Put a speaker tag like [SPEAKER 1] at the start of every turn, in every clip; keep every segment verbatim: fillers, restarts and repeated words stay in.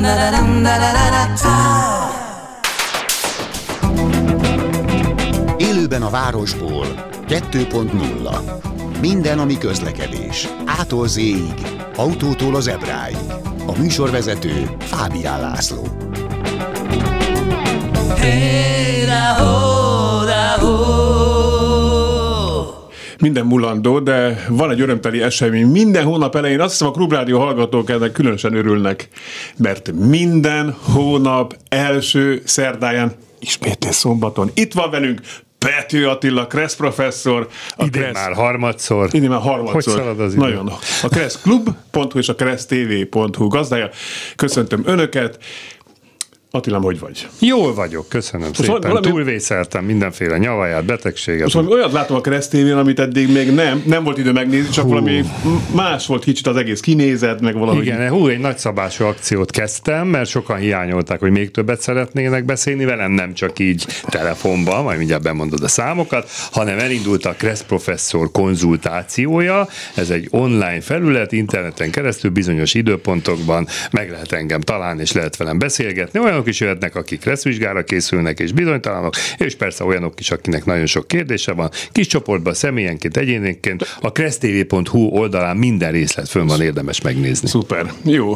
[SPEAKER 1] Élőben a városból kettő pont nulla. Minden, ami közlekedés. Ától zéig, autótól az ebráig. A műsorvezető Fábián László. Hey, da, ho, da, ho.
[SPEAKER 2] Minden mulandó, de van egy örömteli esemény minden hónap elején. Azt hiszem, a Klubrádió hallgatók ennek különösen örülnek, mert minden hónap első szerdáján, ismétén szombaton itt van velünk Pető Attila, Kressz professzor.
[SPEAKER 3] Idén Kressz... már harmadszor.
[SPEAKER 2] Idén már harmadszor.
[SPEAKER 3] Hogy szalad az idő?
[SPEAKER 2] Nagyon. A kresszklub pont hu és a kressztv pont hu gazdája. Köszöntöm Önöket. Attilám, hogy vagy?
[SPEAKER 3] Jól vagyok, köszönöm most szépen. Valami... Túlvészeltem mindenféle nyavaját, betegséget.
[SPEAKER 2] Most valami olyat látom a Kressz té vén, amit eddig még nem, nem volt idő megnézni, csak hú. valami más volt kicsit az egész kinézet, meg valahogy.
[SPEAKER 3] Igen, hú, egy nagyszabású akciót kezdtem, mert sokan hiányolták, hogy még többet szeretnének beszélni velem, nem csak így telefonban, majd mindjárt bemondod a számokat, hanem elindult a Kressz professzor konzultációja. Ez egy online felület, interneten keresztül bizonyos időpontokban meg lehet engem találni, és lehet velem beszélgetni. Olyan is jöhetnek, akik kresszvizsgára készülnek és bizonytalanok, és persze olyanok is, akinek nagyon sok kérdése van. Kis csoportban, személyenként, egyénenként a kressztv pont hu oldalán minden részlet fönn van, érdemes megnézni.
[SPEAKER 2] Szuper, jó.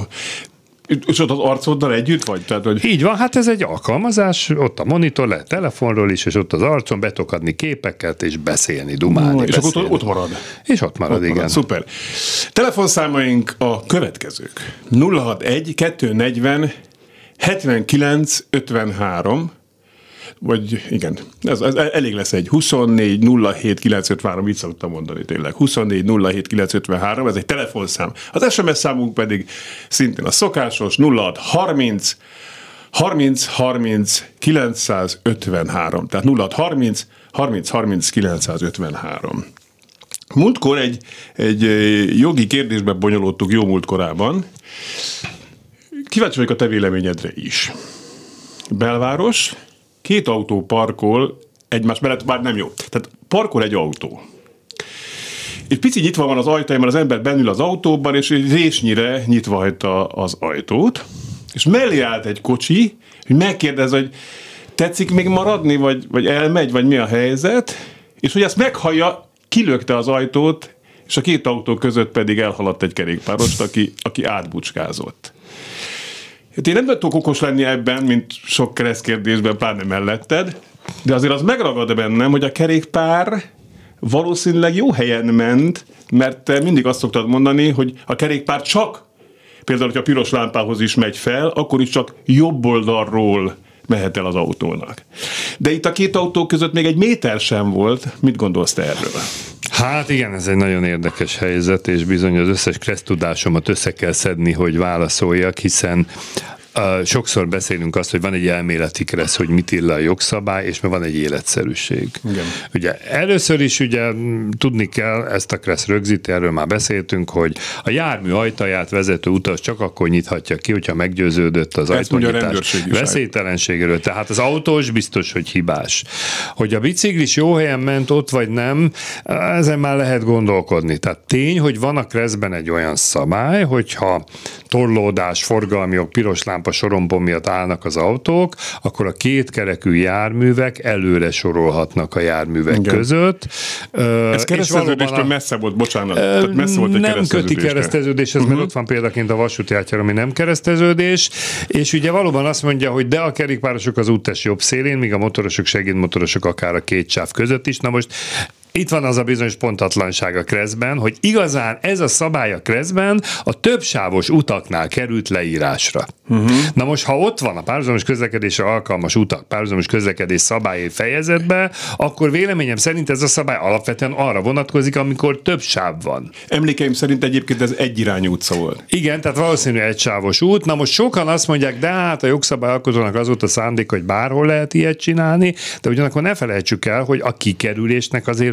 [SPEAKER 2] És ott az arcoddal együtt vagy? Tehát, hogy...
[SPEAKER 3] Így van, hát ez egy alkalmazás, ott a monitor, lehet telefonról is, és ott az arcon be tudok adni képeket, és beszélni, dumálni,
[SPEAKER 2] no, és
[SPEAKER 3] beszélni.
[SPEAKER 2] akkor ott marad.
[SPEAKER 3] És ott marad, ott igen. Marad.
[SPEAKER 2] Szuper. Telefonszámaink a következők. nulla hatvanegy kettőszáznegyven hetvenkilenc ötvenhárom, vagy igen, ez, ez elég lesz egy huszonnégy nulla hét kilencszázötvenhárom, így szoktam mondani tényleg, huszonnégy nulla hét kilencszázötvenhárom, ez egy telefonszám. Az es em es számunk pedig szintén a szokásos nulla hatszázharminc harminc harminc kilencszázötvenhárom, tehát nulla hatszázharminc harminc harminc kilencszázötvenhárom. Múltkor egy, egy jogi kérdésben bonyolódtuk jó múltkorában. Kíváncsi vagyok a te véleményedre is. Belváros, két autó parkol egymás mellett, bár nem jó. Tehát parkol egy autó. És pici nyitva van az ajtaja, mert az ember bennül az autóban, és résnyire nyitva hagyta az ajtót, és mellé állt egy kocsi, hogy megkérdez, hogy tetszik még maradni, vagy, vagy elmegy, vagy mi a helyzet, és hogy ezt meghallja, kilökte az ajtót, és a két autó között pedig elhaladt egy kerékpárost, aki, aki átbucskázott. Hát én nem tudok okos lenni ebben, mint sok keresztkérdésben, pláne melletted, de azért az megragad bennem, hogy a kerékpár valószínűleg jó helyen ment, mert te mindig azt szoktad mondani, hogy a kerékpár csak, például, hogyha a piros lámpához is megy fel, akkor is csak jobb oldalról mehet el az autónak. De itt a két autó között még egy méter sem volt. Mit gondolsz te erről?
[SPEAKER 3] Hát igen, ez egy nagyon érdekes helyzet, és bizony az összes kressz tudásomat össze kell szedni, hogy válaszoljak, hiszen Uh, sokszor beszélünk azt, hogy van egy elméleti kressz, hogy mit ír le a jogszabály, és van egy életszerűség. Igen. Ugye először is ugye tudni kell, ezt a kressz rögzíti, erről már beszéltünk, hogy a jármű ajtaját vezető utas csak akkor nyithatja ki, hogyha meggyőződött az ajtónyitás veszélytelenségéről. Tehát az autós biztos, hogy hibás. Hogy a biciklis jó helyen ment ott vagy nem, ezen már lehet gondolkodni. Tehát tény, hogy van a kresszben egy olyan szabály, hogyha torlódás, forgalmi jog, piros lámpa sorompon miatt állnak az autók, akkor a kétkerekű járművek előre sorolhatnak a járművek Igen. között.
[SPEAKER 2] Ez kereszteződéstől a... messze volt, bocsánat. Tehát messze volt egy
[SPEAKER 3] nem köti kereszteződéshez, uh-huh. mert ott van példaként a vasúti átjár, ami nem kereszteződés, és ugye valóban azt mondja, hogy de a kerékpárosok az úttest jobb szélén, míg a motorosok, segédmotorosok akár a két sáv között is. Na most itt van az a bizonyos pontatlanság a kresszben, hogy igazán ez a szabály a kresszben a többsávos utaknál került leírásra. Uh-huh. Na most, ha ott van a párhuzamos közlekedésre alkalmas utak, párhuzamos közlekedés szabályi fejezetben, akkor véleményem szerint ez a szabály alapvetően arra vonatkozik, amikor több sáv van.
[SPEAKER 2] Emlékeim szerint egyébként ez egyirányú utca volt.
[SPEAKER 3] Igen, tehát valószínűleg egysávos út. Na most sokan azt mondják, de hát a jogszabályalkotónak az volt a szándék, hogy bárhol lehet ilyet csinálni, de ugyanakkor ne felejtsük el, hogy a kikerülésnek azért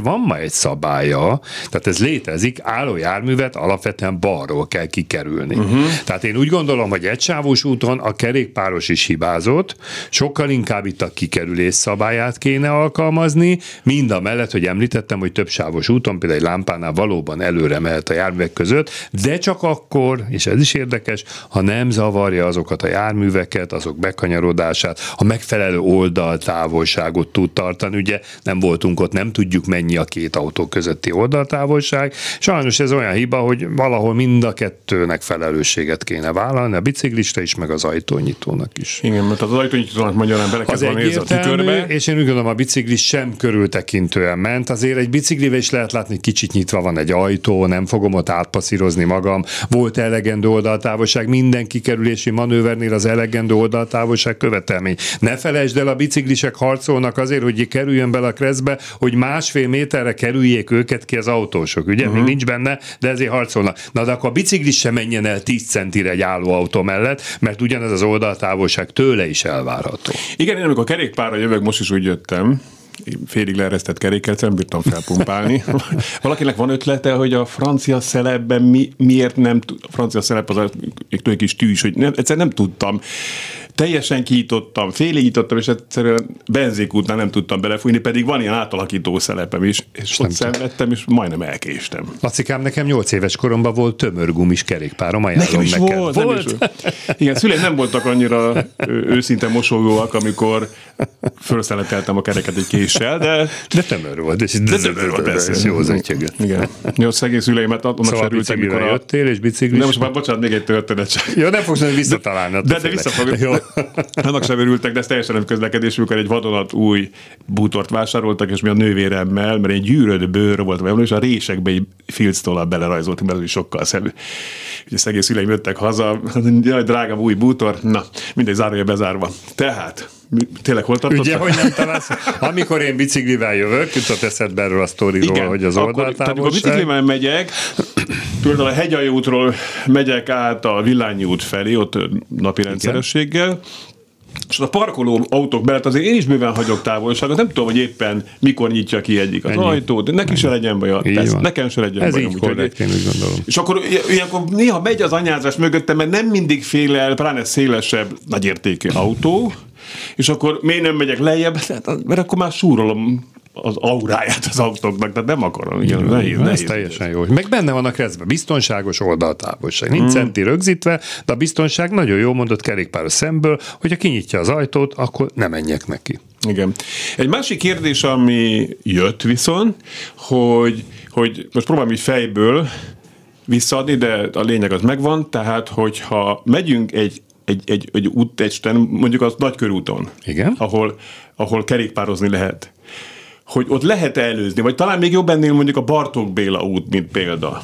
[SPEAKER 3] van ma egy szabálya, tehát ez létezik, álló járművet alapvetően balról kell kikerülni. Uh-huh. Tehát én úgy gondolom, hogy egysávos úton a kerékpáros is hibázott, sokkal inkább itt a kikerülés szabályát kéne alkalmazni, mind a mellett, hogy említettem, hogy többsávos úton, például egy lámpánál valóban előre mehet a járművek között, de csak akkor, és ez is érdekes, ha nem zavarja azokat a járműveket, azok bekanyarodását, a megfelelő oldaltávolságot tud tartani. Ugye nem voltunk ott, nem tudjuk mennyi a két autó közötti oldaltávolság. Sajnos ez olyan hiba, hogy valahol mind a kettőnek felelősséget kéne vállalni, a biciklista is, meg az ajtónyitónak is.
[SPEAKER 2] Igen, mert az ajtónyitónak magyarán bele kell nézni a tükörbe.
[SPEAKER 3] És én úgy gondolom, a biciklis sem körültekintően ment. Azért egy biciklivel is lehet látni, hogy kicsit nyitva van egy ajtó, nem fogom ott átpasszírozni magam. Volt elegendő oldaltávolság, minden kikerülési manővernél az elegendő oldaltávolság követelmény. Ne felejtsd el, a biciklisek harcolnak azért, hogy kerüljön bele a keresztbe, hogy másfél méterre kerüljék őket ki az autósok. Ugye, uh-huh. még nincs benne, de ezért harcolnak. Na, de akkor a biciklis sem menjen el tíz centire egy álló autó mellett, mert ugyanez az oldaltávolság tőle is elvárható.
[SPEAKER 2] Igen, én amikor kerékpárra jövök, most is úgy jöttem, félig leeresztett kerékkel, nem bírtam felpumpálni. Valakinek van ötlete, hogy a francia szelepben mi, miért nem tud, a francia szelep az a egy kis tűz, hogy nem, egyszerűen nem tudtam. Teljesen kiítottam, félig nyitottam, és egyszerűen benzinkútnál nem tudtam belefújni, pedig van ilyen átalakító szelepem is, és, és ott szenvedtem, és majdnem elkéstem.
[SPEAKER 3] Lacikám, nekem nyolc éves koromban volt tömörgumis kerékpárom, ajánlom
[SPEAKER 2] nekem is
[SPEAKER 3] neked.
[SPEAKER 2] Volt,
[SPEAKER 3] volt?
[SPEAKER 2] Is volt. Igen, szüleim nem voltak annyira őszinte mosolygóak, amikor felszeleteltem a kereket egy késsel, de...
[SPEAKER 3] De tömör volt, és
[SPEAKER 2] de tömör volt, persze.
[SPEAKER 3] Jó zöntjögött.
[SPEAKER 2] Igen. Jó, szegény szüleimet annak
[SPEAKER 3] szóval
[SPEAKER 2] sem örültek, mikor a...
[SPEAKER 3] jöttél, és biciklis...
[SPEAKER 2] De most már, bocsánat, még egy történet csak.
[SPEAKER 3] Jó, nem fogsz visszatalálni.
[SPEAKER 2] De, de vissza fogok. Annak sem örültek, de ez teljesen nem közlekedés, amikor egy vadonat új bútort vásároltak, és mi a nővéremmel, mert egy gyűröd bőr volt, és a résekbe egy filctollal belerajzoltunk belőle, sokkal szebb. Ugye szegény szüleim jöttek haza, jaj, drágám, új bútor, na, mindegy, zárója bezárva. Tehát, tényleg hol tartottak?
[SPEAKER 3] Ugye, hogy nem találsz? Amikor én biciklivel jövök, jutott eszedbe erről a sztoriról, igen, hogy az oldaltávolság.
[SPEAKER 2] Amikor biciklivel megyek, például a Hegyalja útról megyek át a Villányi út felé, ott napi rendszerességgel, és a parkoló autók mellett azért én is bőven hagyok távolságot, nem tudom, hogy éppen mikor nyitja ki egyik az ennyi ajtót, de neki se legyen baj, nekem se legyen
[SPEAKER 3] ez
[SPEAKER 2] baj.
[SPEAKER 3] Ez így korrekt, én úgy gondolom.
[SPEAKER 2] És akkor ilyenkor néha megy az anyázás mögöttem, mert nem mindig fél el, pláne szélesebb, nagyértékű autó, és akkor miért nem megyek lejjebb, mert akkor már súrolom az auráját az autóknak, tehát nem akarom. Igen,
[SPEAKER 3] jó,
[SPEAKER 2] nehéz,
[SPEAKER 3] ez
[SPEAKER 2] nehéz,
[SPEAKER 3] teljesen jó. Meg benne van a keresztben biztonságos oldaltávolság. Nincs hmm. centi rögzítve, de a biztonság nagyon jó mondott kerékpáros szemből, hogyha kinyitja az ajtót, akkor nem menjek neki.
[SPEAKER 2] Igen. Egy másik kérdés, ami jött viszont, hogy, hogy most próbálom így fejből visszaadni, de a lényeg az megvan, tehát hogyha megyünk egy egy, egy, egy úttesten, mondjuk az nagykörúton,
[SPEAKER 3] igen?
[SPEAKER 2] Ahol, ahol kerékpározni lehet, hogy ott lehet előzni, vagy talán még jobb ennél mondjuk a Bartók Béla út, mint példa,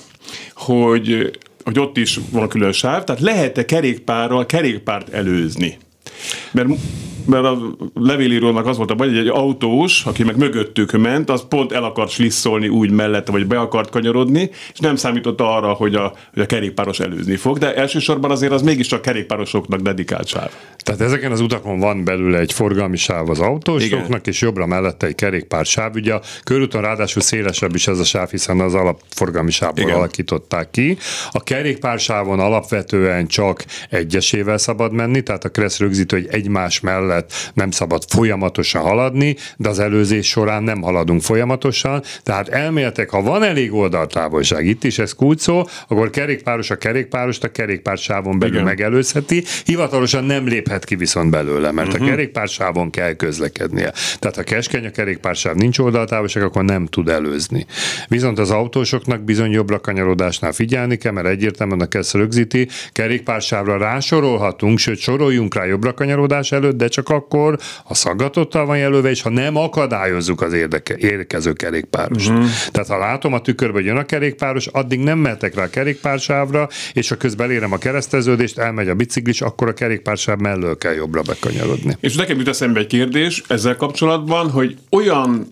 [SPEAKER 2] hogy, hogy ott is van külön sáv, tehát lehet-e kerékpárral kerékpárt előzni? Mert mert a levélírónak az volt a baj, hogy egy autós, aki meg mögöttük ment, az pont el akart slisszolni úgy mellette, vagy be akart kanyarodni, és nem számított arra, hogy a, hogy a kerékpáros előzni fog, de elsősorban azért az mégiscsak kerékpárosoknak dedikált sáv.
[SPEAKER 3] Tehát ezeken az utakon van belőle egy forgalmi sáv az autósoknak, igen, és jobbra mellette egy kerékpársáv. Ugye a körúton ráadásul szélesebb is ez a sáv, hiszen az alapforgalmi sávból igen. alakították ki. A kerékpársávon alapvetően csak egyesével szabad menni, tehát a kereszt rögzítő, hogy egymás mellett nem szabad folyamatosan haladni, de az előzés során nem haladunk folyamatosan, tehát elméletek, ha van elég oldaltávolság, itt is ez kulcs szó, akkor kerékpáros a kerékpárost a kerékpársávon belül igen. megelőzheti, hivatalosan nem léphet ki viszont belőle, mert uh-huh. a kerékpársávon kell közlekednie. Tehát ha keskeny a kerékpársáv, nincs oldaltávolság, akkor nem tud előzni. Viszont az autósoknak bizony jobbra kanyarodásnál figyelni kell, mert egyértelműen a kereszt rögzíti, kerékpársávra rásorolhatunk, sőt soroljunk rá jobbra kanyarodás előtt, de csak akkor, ha szaggatottal van jelölve, és ha nem akadályozzuk az érdeke, érkező kerékpárost. Uh-huh. Tehát ha látom a tükörbe, hogy jön a kerékpáros, addig nem mehetek rá a kerékpársávra, és ha közben elérem a kereszteződést, elmegy a biciklis, akkor a kerékpársáv mellől kell jobbra bekanyarodni.
[SPEAKER 2] És nekem jut eszembe egy kérdés ezzel kapcsolatban, hogy olyan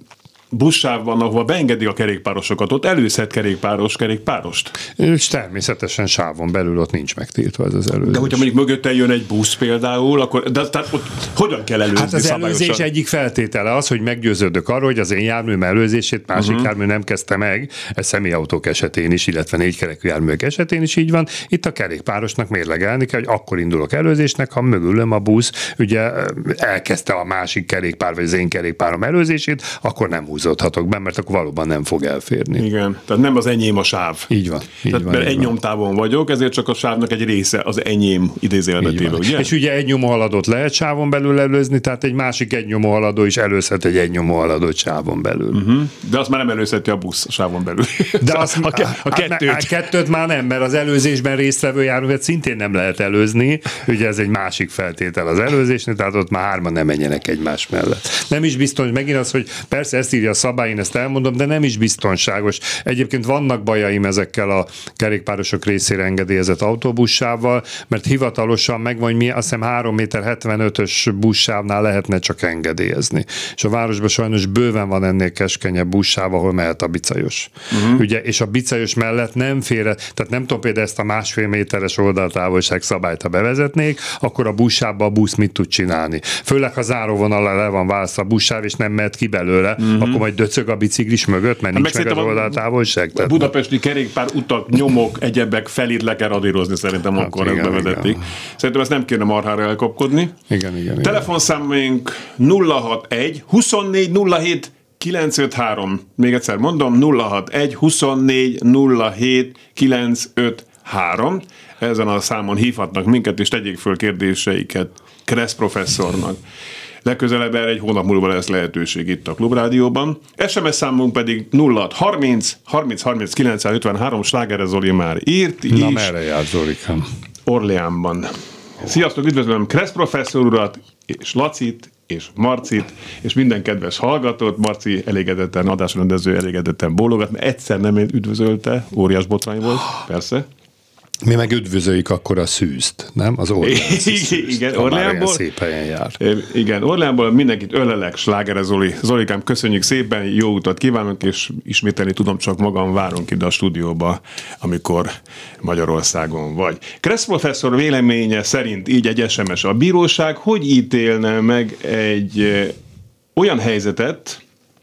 [SPEAKER 2] buszsávban, ahova beengedik a kerékpárosokat, ott előzhet kerékpáros kerékpárost?
[SPEAKER 3] És természetesen sávon belül ott nincs megtiltva ez az előzés.
[SPEAKER 2] De hogyha mondjuk mögötte jön egy busz például, akkor de, tehát ott hogyan kell előzni?
[SPEAKER 3] Hát az
[SPEAKER 2] szabályosan?
[SPEAKER 3] előzés egyik feltétele az, hogy meggyőződök arról, hogy az én járműm előzését másik uh-huh. jármű nem kezdte meg, ez személyautók esetén is, illetve négykerekű járművek esetén is így van. Itt a kerékpárosnak mérlegelni kell, hogy akkor indulok előzésnek, ha mögülöm a busz, ugye elkezdte a másik kerékpár, vagy az én kerékpárom előzését, akkor nem húzódhatok be, mert akkor valóban nem fog elférni.
[SPEAKER 2] Igen, tehát nem az enyém a sáv.
[SPEAKER 3] Így van. Így
[SPEAKER 2] tehát,
[SPEAKER 3] van
[SPEAKER 2] mert
[SPEAKER 3] így
[SPEAKER 2] egy
[SPEAKER 3] van.
[SPEAKER 2] nyomtávon vagyok, ezért csak a sávnak egy része az enyém idézőjelbetéve, ugye?
[SPEAKER 3] És ugye egy nyomóhaladót lehet sávon belül előzni, tehát egy másik egy nyomóhaladó is előzhet egy egy nyomóhaladót sávon belül.
[SPEAKER 2] Uh-huh. De azt már nem előzheti a busz a sávon belül.
[SPEAKER 3] De az,
[SPEAKER 2] a, ke- a kettőt.
[SPEAKER 3] A kettőt már nem, mert az előzésben résztvevő járművet szintén nem lehet előzni, ugye ez egy másik feltétel az előzésnél, tehát ott már hárman nem menjenek egymás mellett. Nem is biztos, megint az, hogy persze ezt írja a szabály, én ezt elmondom, de nem is biztonságos. Egyébként vannak bajaim ezekkel a kerékpárosok részére engedélyezett autóbussával, mert hivatalosan megvan, hogy mi azt hiszem három méter hetvenötös buszsávnál lehetne csak engedélyezni. És a városban sajnos bőven van ennél keskenyebb buszsáv, ahol mehet a bicajos. Uh-huh. Ugye, és a bicajos mellett nem félre, tehát nem tudom például ezt a másfél méteres oldaltávolság szabályt, ha bevezetnék, akkor a buszsávban a busz mit tud csinálni. Főleg, ha záróvonallal le van választva a buszsáv, és nem mehet ki belőle, uh-huh. akkor majd döcög a biciklis mögött, mert nincs meg az oldaltávolság.
[SPEAKER 2] A budapesti kerékpár utak, nyomok, egyebek felét le kell radírozni, szerintem hát akkor ezt bevezették. Szerintem ezt nem kéne marhára elkapkodni.
[SPEAKER 3] Igen, igen.
[SPEAKER 2] Telefonszámaink nulla hatvanegy huszonnégy nulla hét kilencszázötvenhárom. Még egyszer mondom, nulla hatvanegy huszonnégy nulla hét kilencszázötvenhárom. Ezen a számon hívhatnak minket, és tegyék föl kérdéseiket Kressz professzornak. Legközelebb erre egy hónap múlva lesz lehetőség itt a Klubrádióban. es em es számunk pedig nulla hatszázharminc harminc harminc kilencszázötvenhárom. Sláger Zoli már írt is.
[SPEAKER 3] Na, merre jár Zolikám?
[SPEAKER 2] Orleánban. Sziasztok, üdvözlöm Kressz professzor urat, és Lacit, és Marcit, és minden kedves hallgatót. Marci elégedetten, adásrendező elégedetten bólogat, mert egyszer nem üdvözölte, óriás botrány volt, persze.
[SPEAKER 3] Mi meg üdvözöljük akkor a szűzt, nem? Az Orleánci szűzt.
[SPEAKER 2] Igen, Orleánból.
[SPEAKER 3] Szép helyen jár.
[SPEAKER 2] Igen, Orleánból mindenkit ölelek, Sláger Zoli. Zolikám, köszönjük szépen, jó utat kívánok, és ismételni tudom csak magam, várunk ide a stúdióba, amikor Magyarországon vagy. Kressz professzor véleménye szerint így egy es em es. A bíróság hogy ítélne meg egy olyan helyzetet,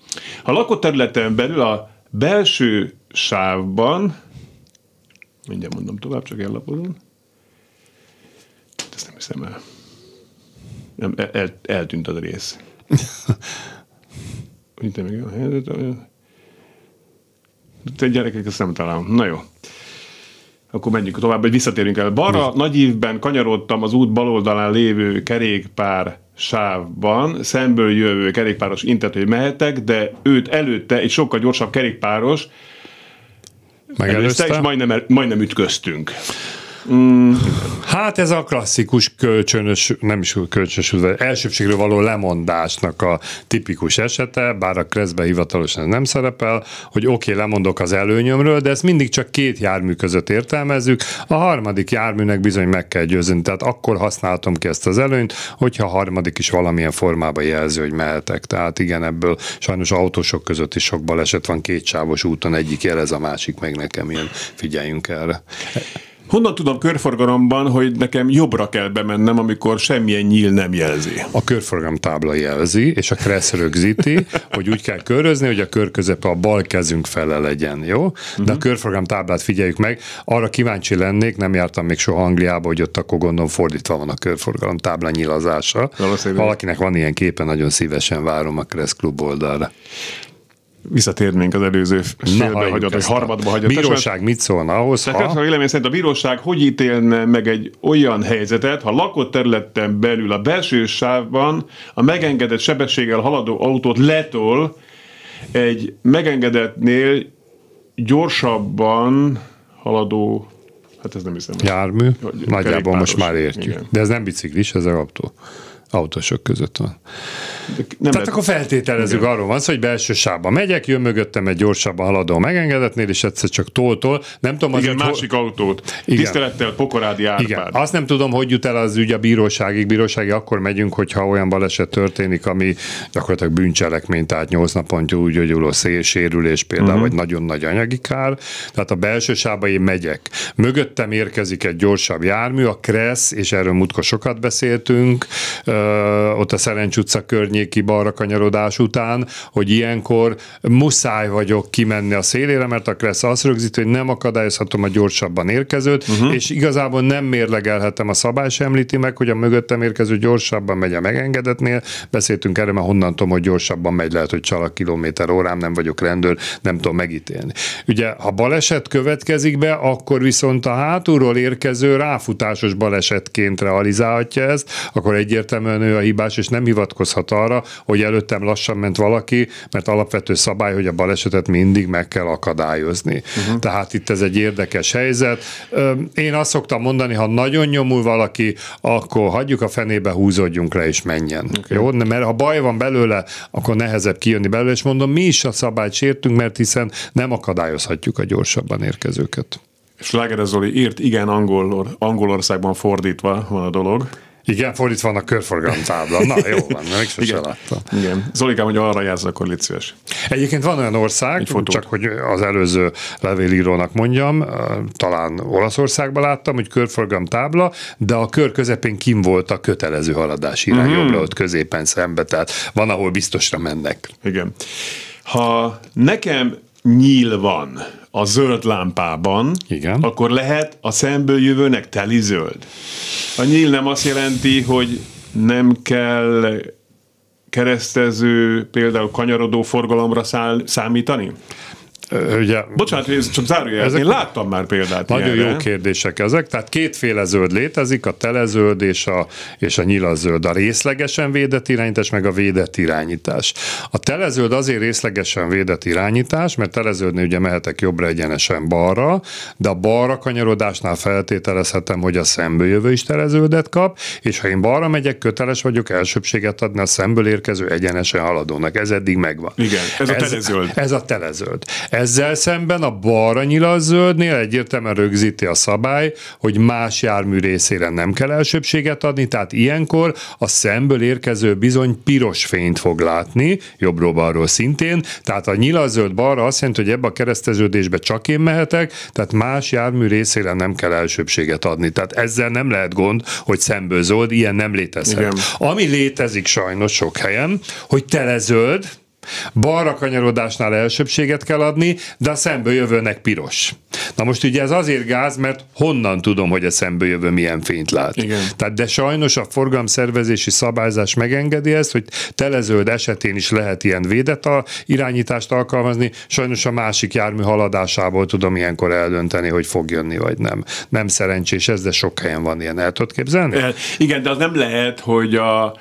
[SPEAKER 2] ha lakott területen belül a belső sávban, mindjárt mondom tovább, csak ellapodom. Ezt nem hiszem el. Nem, el, el, eltűnt az a rész. Itt még a helyzet. Te gyerekek, ezt nem találom. Na jó. Akkor menjünk tovább, hogy visszatérünk el. Balra Nagyívben kanyarodtam az út bal oldalán lévő kerékpár sávban, szemből jövő kerékpáros intett, hogy mehetek, de őt előtte egy sokkal gyorsabb kerékpáros előzte, és majdnem, majdnem ütköztünk. Mm.
[SPEAKER 3] Hát ez a klasszikus kölcsönös, nem is kölcsönös, elsőbségről való lemondásnak a tipikus esete, bár a Kresszben hivatalosan nem szerepel, hogy oké, okay, lemondok az előnyömről, de ezt mindig csak két jármű között értelmezzük, a harmadik járműnek bizony meg kell győzni, tehát akkor használtam ki ezt az előnyt, hogyha a harmadik is valamilyen formában jelzi, hogy mehetek. Tehát igen, ebből sajnos autósok között is sok baleset van, kétsávos úton, egyik jelez, a másik meg nekem jön, figyeljünk erre.
[SPEAKER 2] Honnan tudom körforgalomban, hogy nekem jobbra kell bemennem, amikor semmilyen nyíl nem jelzi?
[SPEAKER 3] A körforgalom tábla jelzi, és a Kressz rögzíti, hogy úgy kell körözni, hogy a kör közepe a bal kezünk fele legyen, jó? De uh-huh. a körforgalom táblát figyeljük meg. Arra kíváncsi lennék, nem jártam még soha Angliába, hogy ott akkor gondolom fordítva van a körforgalom tábla nyilazása. Valakinek van ilyen képe, nagyon szívesen várom a Kressz Klub oldalra.
[SPEAKER 2] Visszatérnénk az előző félbe hagyott, vagy harmadba hagyott.
[SPEAKER 3] Bíróság mit szólna ahhoz,
[SPEAKER 2] ha... A vélemény szerint a bíróság hogy ítélne meg egy olyan helyzetet, ha lakott területen belül a belső sávban a megengedett sebességgel haladó autót letol egy megengedettnél gyorsabban haladó, hát ez nem hiszem.
[SPEAKER 3] Jármű, nagyjából most már értjük. Igen. De ez nem biciklis, ez az autó. Autósok között van. Tehát lehet... akkor feltételezzük, igen. Arról van szó, hogy belső sávban megyek, jön mögöttem egy gyorsabban haladó megengedetnél, és egyszer csak tól-tól. Nem tudom, az
[SPEAKER 2] igen,
[SPEAKER 3] hogy
[SPEAKER 2] másik ho... autót. Igen. Tisztelettel Pokorádi Árpád. Igen.
[SPEAKER 3] Azt nem tudom, hogy jut el az ügy a bíróságig. Bírósági akkor megyünk, hogyha olyan baleset történik, ami gyakorlatilag bűncselekmény, tehát nyolc napon úgy gyógyuló sérülés például, uh-huh. vagy nagyon nagy anyagi kár. Tehát a belső sávba én megyek. Mögöttem érkezik egy gyorsabb jármű, a Kressz, és erről múltkor sokat beszéltünk, ott a Szerencs utca környéki balra kanyarodás után, hogy ilyenkor muszáj vagyok kimenni a szélére, mert a Kressz azt rögzít, hogy nem akadályozhatom a gyorsabban érkezőt, uh-huh. és igazából nem mérlegelhetem, a szabály sem említi meg, hogy a mögöttem érkező gyorsabban megy a megengedetnél. Beszéltünk erről, mert honnan tudom, hogy gyorsabban megy, lehet, hogy csal a kilométer órám, nem vagyok rendőr, nem tudom megítélni. Ugye, ha baleset következik be, akkor viszont a hátulról érkező ráfutásos balesetként realizálhatja ezt, akkor egyértelműen ő a hibás, és nem hivatkozhat arra, hogy előttem lassan ment valaki, mert alapvető szabály, hogy a balesetet mindig meg kell akadályozni. Uh-huh. Tehát itt ez egy érdekes helyzet. Én azt szoktam mondani, ha nagyon nyomul valaki, akkor hagyjuk a fenébe, húzódjunk le és menjen. Okay. Jó? Mert ha baj van belőle, akkor nehezebb kijönni belőle, és mondom, mi is a szabályt sértünk, mert hiszen nem akadályozhatjuk a gyorsabban érkezőket.
[SPEAKER 2] Sláger Zoli írt, igen, angol, Angolországban fordítva van a dolog.
[SPEAKER 3] Igen, fordítva van a körforgalomtábla. Na, jó van, még sosem láttam.
[SPEAKER 2] Igen. Zolikám, hogy arra jársz, akkor légy szíves.
[SPEAKER 3] Egyébként van olyan ország, csak hogy az előző levélírónak mondjam, talán Olaszországban láttam, hogy körforgalomtábla, de a kör közepén kim volt a kötelező haladás irány, mm. jobbra, ott középen szembe, tehát van, ahol biztosra mennek.
[SPEAKER 2] Igen. Ha nekem nyíl van a zöld lámpában, igen. akkor lehet a szemből jövőnek teli zöld. A nyíl nem azt jelenti, hogy nem kell keresztező, például kanyarodó forgalomra száll, számítani?
[SPEAKER 3] Ugye,
[SPEAKER 2] bocsánat, ez csak zárójel, én láttam már példát.
[SPEAKER 3] Nagyon
[SPEAKER 2] ilyenre.
[SPEAKER 3] Jó kérdések ezek, tehát kétféle zöld létezik, a telezöld és a, és a nyilaszöld. A részlegesen védett irányítás, meg a védett irányítás. A telezöld azért részlegesen védett irányítás, mert telezöldnél ugye mehetek jobbra egyenesen balra, de a balra kanyarodásnál feltételezhetem, hogy a szemből jövő is telezöldet kap, és ha én balra megyek, köteles vagyok elsőbséget adni a szemből érkező egyenesen haladónak. Ez eddig megvan.
[SPEAKER 2] Igen, ez a telezöld.
[SPEAKER 3] Ez, ez a telezöld. Ezzel szemben a balra nyilaszöldnél egyértelműen rögzíti a szabály, hogy más jármű részére nem kell elsőbséget adni, tehát ilyenkor a szemből érkező bizony piros fényt fog látni, jobbról-balról szintén, tehát a nyilaszöld balra azt jelenti, hogy ebbe a kereszteződésbe csak én mehetek, tehát más jármű részére nem kell elsőbséget adni. Tehát ezzel nem lehet gond, hogy szemből zöld, ilyen nem létezhet. Igen. Ami létezik sajnos sok helyen, hogy telezöld, balra kanyarodásnál elsőbséget kell adni, de a szemből jövőnek piros. Na most ugye ez azért gáz, mert honnan tudom, hogy a szemből jövő milyen fényt lát. Igen. Tehát de sajnos a forgalomszervezési szabályzás megengedi ezt, hogy telezöld esetén is lehet ilyen védett a irányítást alkalmazni, sajnos a másik jármű haladásából tudom ilyenkor eldönteni, hogy fog jönni vagy nem. Nem szerencsés ez, de sok helyen van ilyen. El tudod képzelni?
[SPEAKER 2] Igen, de az nem lehet, hogy a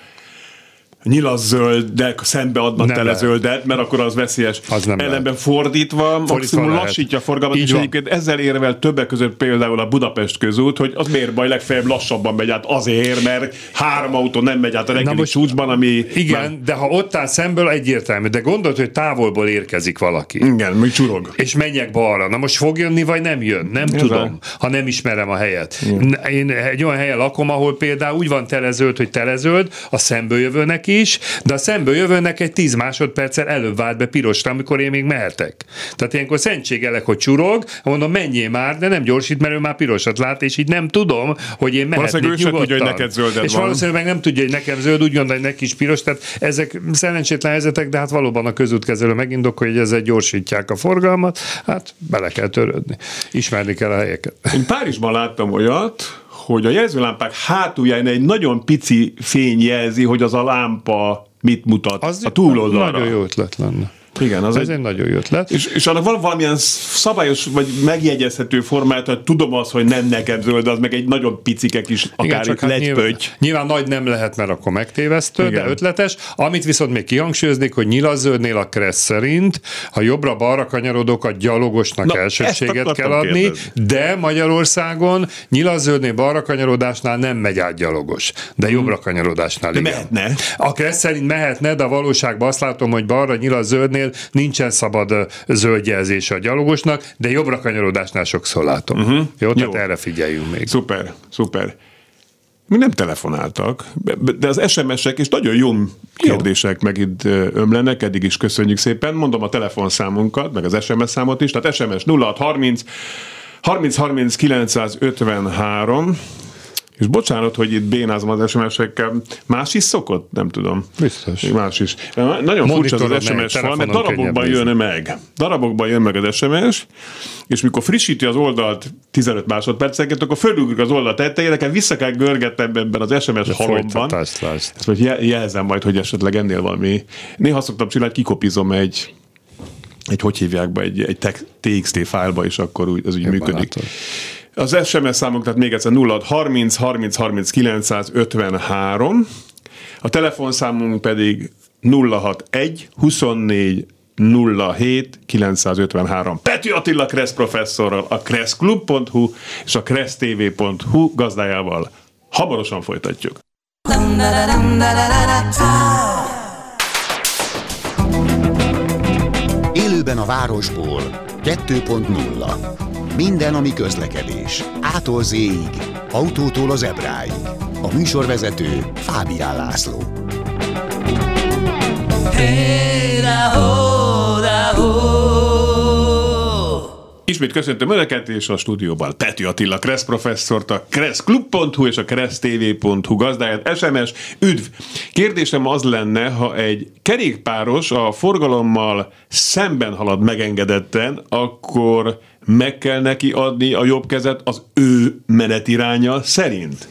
[SPEAKER 2] nyilaszöldnek szembe adnak telezöldet, mert akkor az veszélyes. Az ellenben fordítva, fordítva maximum lehet. Lassítja a forgalmat, így és van. Egyébként ezzel érvel többek között például a Budapest közút, hogy az miért baj, legfeljebb lassabban megy át azért, mert három autó nem megy át a reggeli csúcsban, ami...
[SPEAKER 3] Igen, már... de ha ott áll szemből egyértelmű, de gondold, hogy távolból érkezik valaki.
[SPEAKER 2] Igen, még csurog.
[SPEAKER 3] És menjek balra. Na most fog jönni, vagy nem jön? Nem ez tudom, el. ha nem ismerem a helyet. Igen. Én egy olyan helyen lakom, ahol például úgy van telezöld, hogy telezöld, a szemből jövőnek is, de a szemből jövőnek egy tíz másodperccel előbb vált be pirosra, amikor én még mehetek. Tehát ilyenkor szentségelek, hogy csurog, mondom, menjél már, de nem gyorsít, mert ő már pirosat lát, és így nem tudom, hogy én mehetnék nyugodtan.
[SPEAKER 2] Tudja, hogy neked zölded
[SPEAKER 3] és
[SPEAKER 2] van.
[SPEAKER 3] valószínűleg meg nem tudja, hogy nekem zöld, úgy gondolja, hogy neki is piros, tehát ezek szerencsétlen helyzetek, de hát valóban a közútkezelő megindokolja, hogy ezzel gyorsítják a forgalmat, hát bele kell törődni. Ismerni kell a helyeket.
[SPEAKER 2] Én Párizsban láttam olyat, hogy a jelzőlámpák hátulján egy nagyon pici fény jelzi, hogy az a lámpa mit mutat
[SPEAKER 3] az
[SPEAKER 2] a túloldalra.
[SPEAKER 3] Nagyon jó ötlet lenne.
[SPEAKER 2] Igen, az
[SPEAKER 3] Ez
[SPEAKER 2] egy,
[SPEAKER 3] egy nagyon jó ötlet.
[SPEAKER 2] És, és annak van valamilyen szabályos, vagy megjegyezhető formája, hogy tudom az, hogy nem neked zöld, az meg egy nagyon picike kis, akár itt
[SPEAKER 3] hát nyilván,
[SPEAKER 2] legypötty.
[SPEAKER 3] nyilván nagy nem lehet, mert akkor megtévesztő,
[SPEAKER 2] Igen.
[SPEAKER 3] de ötletes. Amit viszont még kihangsúlyoznék, hogy nyilaszöldnél a Kressz szerint, ha jobbra-balra kanyarodok, a gyalogosnak
[SPEAKER 2] Na,
[SPEAKER 3] elsőbséget
[SPEAKER 2] ezt
[SPEAKER 3] kell adni,
[SPEAKER 2] kérdezni.
[SPEAKER 3] de Magyarországon nyilaszöldnél balra kanyarodásnál nem megy át gyalogos, de jobbra kanyarodásnál
[SPEAKER 2] De
[SPEAKER 3] igen.
[SPEAKER 2] mehetne.
[SPEAKER 3] A Kressz szerint mehetne, de a valóságban azt látom, hogy balra nyilaszöldnél nincsen szabad ö, zöldjelzése a gyalogosnak, de jobbra kanyarodásnál sokszor látom. Uh-huh. Jó, tehát
[SPEAKER 2] Jó.
[SPEAKER 3] erre figyeljünk még.
[SPEAKER 2] Szuper, szuper. Mi nem telefonáltak, de az es em es-ek és nagyon jó kérdések meg itt ömlenek, eddig is köszönjük szépen. Mondom a telefonszámunkat, meg az es em es számot is, tehát es em es nulla hat harminc harminc harminc kilencszázötvenhárom, és bocsánat, hogy itt bénázom az es em es-ekkel. Más is szokott? Nem tudom.
[SPEAKER 3] Biztos.
[SPEAKER 2] Más is. Nagyon furcsa az es em es fal, mert darabokban jön meg. Darabokban jön meg az es em es, és mikor frissíti az oldalt tizenöt másodpercenként, akkor fölugrik az oldal tetejére, nekem vissza kell görgetnem ebben az es em es halomban. Ezt majd jelzem majd, hogy esetleg ennél valami. Néha szoktam csinálni, kikopizom egy egy hogy hívják be, egy, egy té iksz té fájlba, és akkor úgy, az úgy
[SPEAKER 3] Jobban
[SPEAKER 2] működik.
[SPEAKER 3] látod.
[SPEAKER 2] Az es em es számunk, tehát még egyszer nulla hat harminc harminc harminc kilencszázötvenhárom, a telefonszámunk pedig nulla hat egy huszonnégy nulla hét kilencszázötvenhárom. Pető Attila Kressz professzorral, a kresszklub pont hu és a kressztv pont hu gazdájával hamarosan folytatjuk.
[SPEAKER 1] Élőben a városból kettő pont nulla. Minden, ami közlekedés. Ától zéig, autótól az ebráig. A műsorvezető Fábián László.
[SPEAKER 2] Ismét köszöntöm Önöket, és a stúdióban Pető Attila Kressz professzort, a kresszklub pont hu és a kressztv pont hu gazdáját. es em es, üdv! Kérdésem az lenne, ha egy kerékpáros a forgalommal szemben halad megengedetten, akkor meg kell neki adni a jobb kezet az ő menetiránya szerint?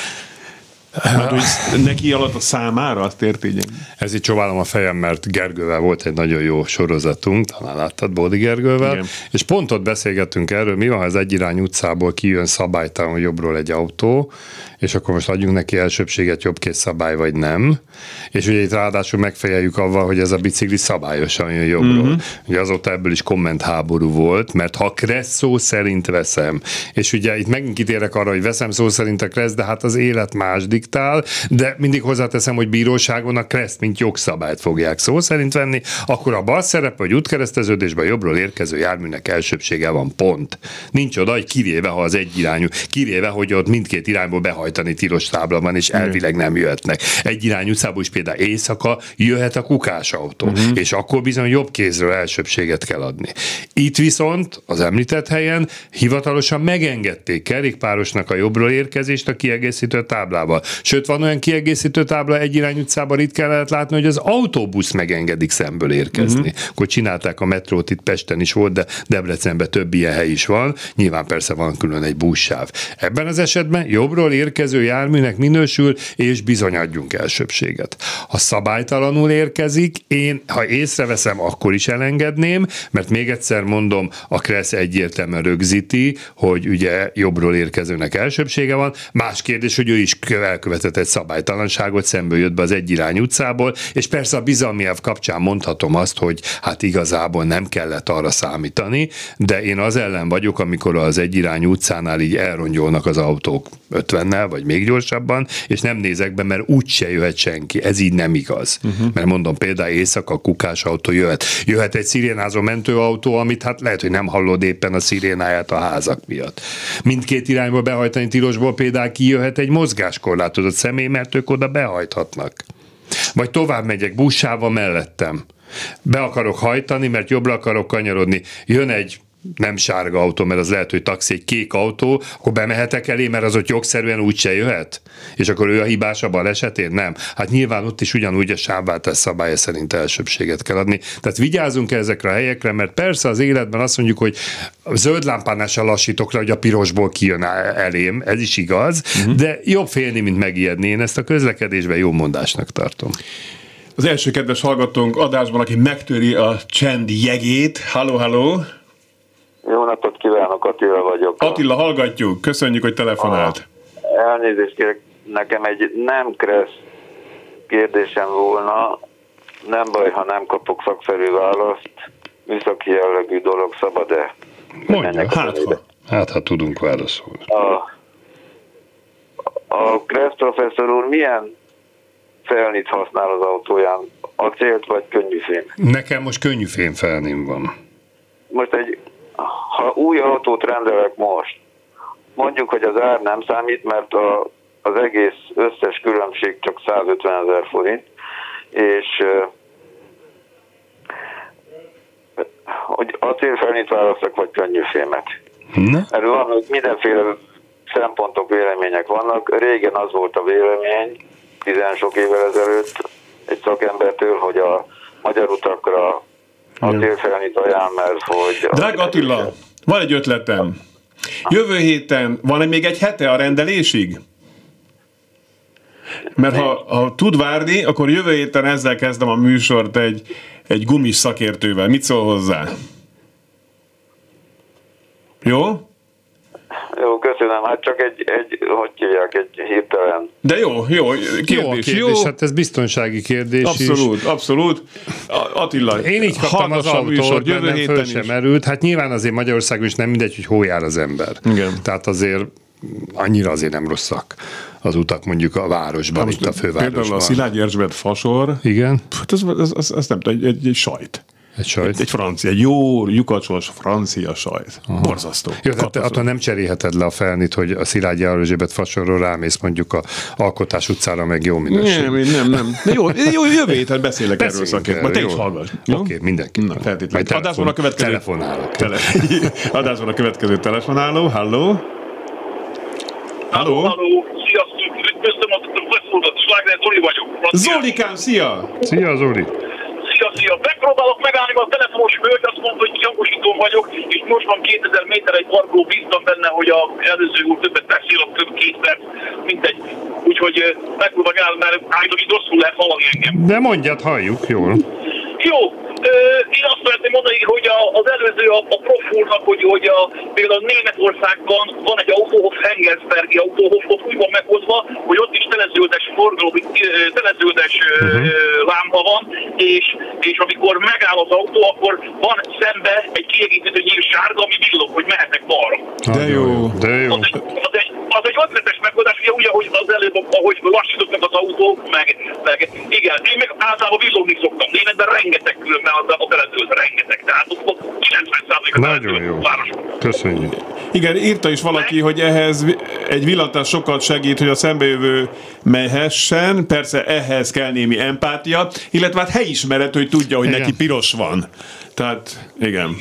[SPEAKER 2] Hát, hogy neki alatt a számára, azt értények.
[SPEAKER 3] Ez így csóválom a fejem, mert Gergővel volt egy nagyon jó sorozatunk, talán láttad, Bódi Gergővel, igen. És pont ott beszélgettünk erről, mi van, ha az egyirány utcából kijön szabálytalanul jobbról egy autó, és akkor most adjunk neki elsőbséget, jobbkész szabály, vagy nem. És ugye itt ráadásul megfejeljük avval, hogy ez a bicikli szabályosan jön jobbról. Mm-hmm. Ugye azóta ebből is kommentháború volt, mert ha Kressz szó szerint veszem, és ugye itt megint kitérek arra, hogy veszem szó szerint a Kressz, de hát az élet más diktál, de mindig hozzáteszem, hogy bíróságon a Kreszt, mint jogszabályt fogják szó szerint venni, akkor a bal szerep vagy útkereszteződésben jobbról érkező járműnek elsőbsége van, pont. Nincs oda, hogy kivéve, ha az egyirányú, kivéve, hogy ott mindkét irányból behajtani tilos tábla van, és elvileg nem jöhetnek. Egyirányú utcából is például éjszaka jöhet a kukásautó, uh-huh. és akkor bizony jobb kézről elsőbséget kell adni. Itt viszont az említett helyen hivatalosan megengedték kerékpárosnak a jobbról érkezést a kiegészítő táblával. Sőt, van olyan kiegészítő tábla egyirányú utcában ritkán lehet látni, hogy az autóbusz megengedik szemből érkezni. Uh-huh. Akkor csinálták a metrót, itt Pesten is volt, de Debrecenben több ilyen hely is van. Nyilván persze van külön egy buszsáv. Ebben az esetben jobbról érkező járműnek minősül, és bizony adjunk elsőbséget. Ha szabálytalanul érkezik, én, ha észreveszem, akkor is elengedném, mert még egyszer mondom, a Kressz egyértelműen rögzíti, hogy ugye jobbról érkezőnek elsőbsége van. Más kérdés, hogy ő is elkövetett egy szabálytalanságot, szemből jött be az egyirány utcából, és persze a bizalmi elv kapcsán mondhatom azt, hogy hát igazából nem kellett arra számítani, de én az ellen vagyok, amikor az egyirány utcánál így elrongyolnak az autók ötvennel, vagy még gyorsabban, és nem nézek be, mert úgyse jöhet senki. Ez így nem igaz. Uh-huh. Mert mondom, például éjszaka a kukásautó jöhet. Jöhet egy szirénázó mentőautó, amit hát lehet, hogy nem hallod éppen a szirénáját a házak miatt. Mindkét irányba behajtani tilosból például kijöhet egy mozgáskorlátozott személy, mert ők oda behajthatnak. Vagy tovább megyek buszsával mellettem. Be akarok hajtani, mert jobbra akarok kanyarodni. Jön egy nem sárga autó, mert az lehet, hogy taxi, egy kék autó, akkor bemehetek elé, mert az ott jogszerűen úgyse jöhet? És akkor ő a hibás a balesetén? Nem. Hát nyilván ott is ugyanúgy a sávváltás szabálya szerint elsőbséget kell adni. Tehát vigyázzunk ezekre a helyekre, mert persze az életben azt mondjuk, hogy zöld lámpánál se lassítok le, hogy a pirosból kijön elém, ez is igaz, uh-huh. de jobb félni, mint megijedni. Én ezt a közlekedésben jó mondásnak tartom.
[SPEAKER 2] az első kedves hallgatónk adásban, aki megtöri a csend jegét. Halló, halló!
[SPEAKER 4] Jó napot kívánok, Attila vagyok.
[SPEAKER 2] Attila, hallgatjuk. Köszönjük, hogy telefonált.
[SPEAKER 4] A, elnézést kérek, nekem egy nem kressz kérdésem volna. Nem baj, ha nem kapok szakszerű választ. Műszaki jellegű dolog, szabad-e?
[SPEAKER 3] Mondja, hát ha, hát ha tudunk válaszolni.
[SPEAKER 4] A, a Kressz professzor úr milyen felnit használ az autóján? Acélt vagy könnyűfém?
[SPEAKER 3] Nekem most könnyűfém felném van.
[SPEAKER 4] Most egy, ha új autót rendelek most, mondjuk, hogy az ár nem számít, mert a, az egész összes különbség csak százötvenezer forint, és hogy acélfelnit választok, vagy könnyűfémet.
[SPEAKER 3] Na?
[SPEAKER 4] Erről van, mindenféle szempontok, vélemények vannak. Régen az volt a vélemény, tizen sok évvel ezelőtt egy szakembertől, hogy a magyar utakra acélfelnit ajánl, mert hogy...
[SPEAKER 2] Drága Attila, van egy ötletem. Jövő héten van még egy hete a rendelésig? Mert ha, ha tud várni, akkor jövő héten ezzel kezdem a műsort egy, egy gumis szakértővel. Mit szól hozzá? Jó?
[SPEAKER 4] Jó, köszönöm. Hát csak egy, egy hogy hívják, egy hirtelen.
[SPEAKER 2] De jó, jó, kérdés.
[SPEAKER 3] Jó a kérdés, jó. Hát ez biztonsági kérdés
[SPEAKER 2] abszolút,
[SPEAKER 3] is.
[SPEAKER 2] Abszolút, Attila,
[SPEAKER 3] én így kaptam az autót, bennem föl sem merült. Hát nyilván azért Magyarországon is nem mindegy, hogy hol jár az ember.
[SPEAKER 2] Igen.
[SPEAKER 3] Tehát azért annyira azért nem rosszak az utak mondjuk a városban, itt a fővárosban.
[SPEAKER 2] Például a Szilágyi Erzsébet fasor,
[SPEAKER 3] igen.
[SPEAKER 2] Hát az, az, az, az nem tudom, egy, egy, egy sajt.
[SPEAKER 3] Egy sajt?
[SPEAKER 2] Egy, egy francia, egy jó lyukacsos francia sajt. Aha. Borzasztó.
[SPEAKER 3] Jó, tehát attól nem cserélheted le a felnit, hogy a Szilágyi Erzsébet fasorról rámész mondjuk a Alkotás utcára, meg jó minőség.
[SPEAKER 2] Nem, nem, nem. De jó, jó, jövő héten beszélek erről szakértően. Te is hallgass.
[SPEAKER 3] Oké, okay, mindenki.
[SPEAKER 2] Na, feltétlenül. Adásban a következő...
[SPEAKER 3] Telefonálok.
[SPEAKER 2] Tele... Adásban a következő telefonáló. Halló? Halló?
[SPEAKER 5] Halló, sziasztok, üdvözlöm a professzort, Sláger Zoli vagyok.
[SPEAKER 2] Zolikám, szia!
[SPEAKER 3] Szia, Zoli!
[SPEAKER 5] Szia, szia! Megpróbálok megállni, a telefonos hölgy azt mondta, hogy hangosítón vagyok, és most van kétezer méter egy parkoló, bíztam benne, hogy az előző úr többet beszél, a több két perc, mindegy. Úgyhogy megpróbálok megállni, mert állítok, hogy rosszul lehet hallani engem.
[SPEAKER 3] De mondjad, halljuk, jól.
[SPEAKER 5] Jó, én azt szeretném mondani, hogy az előző a, a profúrnak, hogy, hogy a, például Németországban van egy autóhof, Hengelsbergi autóhof, ott úgy van meghozva, hogy ott is telezöldes forgalom, telezöldes uh-huh. lámpa van, és, és amikor megáll az autó, akkor van szembe egy kiegészítő nyíl sárga, ami villog, hogy mehetek balra.
[SPEAKER 2] De jó,
[SPEAKER 3] de jó.
[SPEAKER 5] Az egy, az egy, az egy ötletes megoldás, ugye úgy, ahogy az előbb, ahogy lassítottak az autók, meg, meg igen, én meg általában villogni szoktam. Németben rengeteg különben a teleződ, rengeteg. Tehát ott kilencven százalék a
[SPEAKER 3] nagyon jó. Városban. Köszönjük.
[SPEAKER 2] Igen, írta is valaki, hogy ehhez egy villantás sokat segít, hogy a szembejövő mehessen, persze ehhez kell némi empátia, illetve hát helyismeret, hogy tudja, hogy igen. neki piros van. Tehát, igen.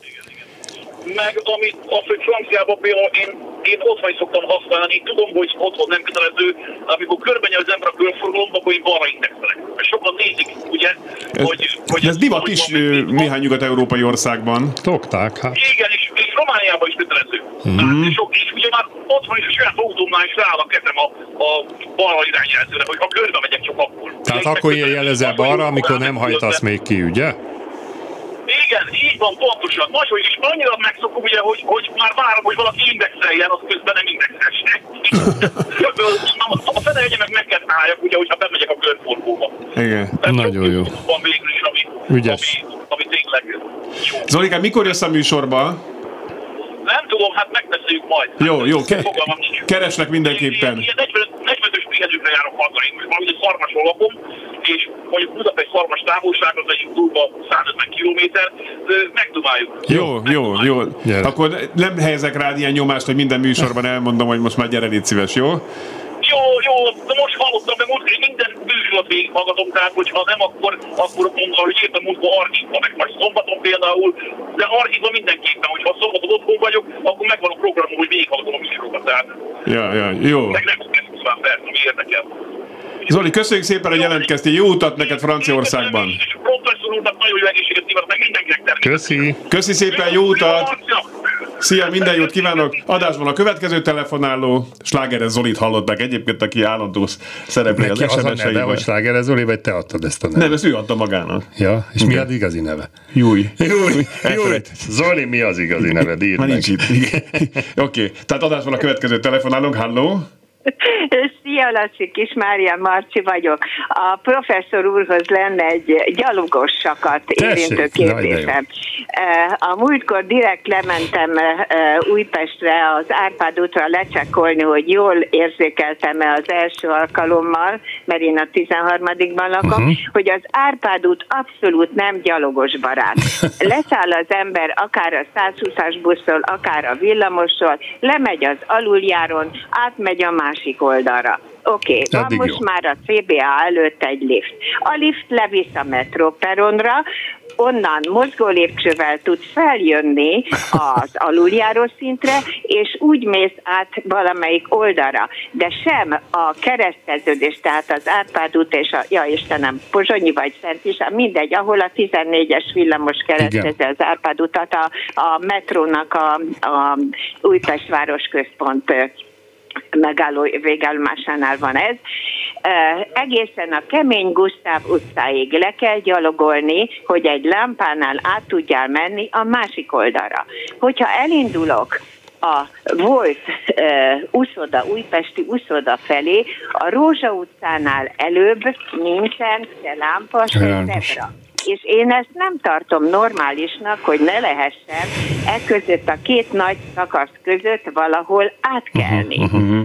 [SPEAKER 5] Meg amit az, hogy franciában például én, én otthon is szoktam használni, tudom, hogy otthon nem kötelező, amikor körbenyel az ember a körforgalomba, akkor én balra indexelek. Mert sokan nézik, ugye,
[SPEAKER 2] ez,
[SPEAKER 5] hogy... hogy
[SPEAKER 2] ez divat is néhány nyugat-európai országban.
[SPEAKER 3] Szokták, hát.
[SPEAKER 5] Igen, és, és Romániában is kötelező. Mm-hmm. Tehát, és, sok, és ugye már otthon is a saját autómnál is rááll a kezem a, a balra irányjelzőre, hogy ha körbe megyek, csak akkor.
[SPEAKER 3] Tehát ugye, akkor ilyen jelezel balra, amikor nem hajtasz még ki, ugye?
[SPEAKER 5] Igen, így van, pontosan. Máshogy is annyira megszokom, ugye, hogy, hogy már várom, hogy valaki indexeljen, az közben nem indexelsen. A fene egye meg meg kell álljak, ugye, hogyha bemegyek a körforgóba.
[SPEAKER 2] Igen,
[SPEAKER 5] tehát
[SPEAKER 3] nagyon jó.
[SPEAKER 5] Van végül is, ami, ami, ami tényleg jó.
[SPEAKER 2] Zolikám, mikor jössz a műsorba?
[SPEAKER 5] Nem tudom, hát megbeszéljük majd.
[SPEAKER 2] Jó, jó, ke- kereslek mindenképpen.
[SPEAKER 5] Én ilyen negyvenös pihenőkre járok haza, én most valamint egy szarmasról lakom, és mondjuk Budapest szarmas távolság, az egy durva százötven kilométer, megdumáljuk.
[SPEAKER 2] Jó, jó, jó. Gyere. Akkor nem helyezek rád ilyen nyomást, hogy minden műsorban elmondom, hogy most már gyere, légy szíves, jó?
[SPEAKER 5] Jó, jó, de most hallottam, de most én minden műsorot végighallgatom, tehát hogyha nem, akkor, akkor mondom, hogy éppen múltkor Archívban, meg majd szombaton például, de Archívban mindenképpen, hogyha szombaton otthon vagyok, akkor megvan a programom, hogy végighallgatom a műsorokat, tehát.
[SPEAKER 2] Ja, ja, jó.
[SPEAKER 5] Meg nem ezt nyilván persze, ami érdekel.
[SPEAKER 2] Zoli, köszönjük szépen, hogy jelentkeztél. Jó utat neked Franciaországban.
[SPEAKER 5] És a professzor úrnak nagyon jó egészséget kívánok, meg mindenkinek természetesen.
[SPEAKER 3] Köszi.
[SPEAKER 2] Köszi szépen, jó utat. Szia, minden jót kívánok! Adásban a következő telefonáló, Slágeres Zolit hallották egyébként, aki állandó szereplő az es em es-eiben.
[SPEAKER 3] De hogy Slágeres Zoli, vagy te adtad ezt a nevet?
[SPEAKER 2] Nem, ezt ő adta magának.
[SPEAKER 3] Ja, és mi az igazi neve?
[SPEAKER 2] Júj.
[SPEAKER 3] Júj, Júj. Zoli, mi az igazi neved? Írd meg.
[SPEAKER 2] Nincs itt. Oké, okay. Tehát adásban a következő telefonálónk, halló!
[SPEAKER 6] Szia, Laci, Kis Mária Marci vagyok. A professzor úrhoz lenne egy gyalogosakat érintő kérdésem. A múltkor direkt lementem Újpestre az Árpád útra lecsekkolni, hogy jól érzékeltem-e az első alkalommal, mert én a tizenharmadikban lakom, uh-huh. hogy az Árpád út abszolút nem gyalogos barát. Leszáll az ember akár a százhúszas buszról, akár a villamosról, lemegy az aluljáron, átmegy a másik oldalra. Oké, okay, van most jó. Már a cé bé á előtt egy lift. A lift levisz a metróperonra, onnan mozgó lépcsővel tudsz feljönni az aluljáró szintre, és úgy mész át valamelyik oldalra. De sem a kereszteződés, tehát az Árpád út és a, ja Istenem, Pozsonyi vagy Szent István, mindegy, ahol a tizennégyes villamos keresztezi az Árpád utat, a, a metrónak a, a Újpest városközpont megálló végállomásánál van ez. Uh, egészen a Kemény Gusztáv utcáig le kell gyalogolni, hogy egy lámpánál át tudjál menni a másik oldalra. Hogyha elindulok a volt uh, uszoda, újpesti uszoda felé, a Rózsa utcánál előbb nincsen se lámpa, se zebra. És én ezt nem tartom normálisnak, hogy ne lehessen e között a két nagy szakasz között valahol átkelni. Uh-huh, uh-huh.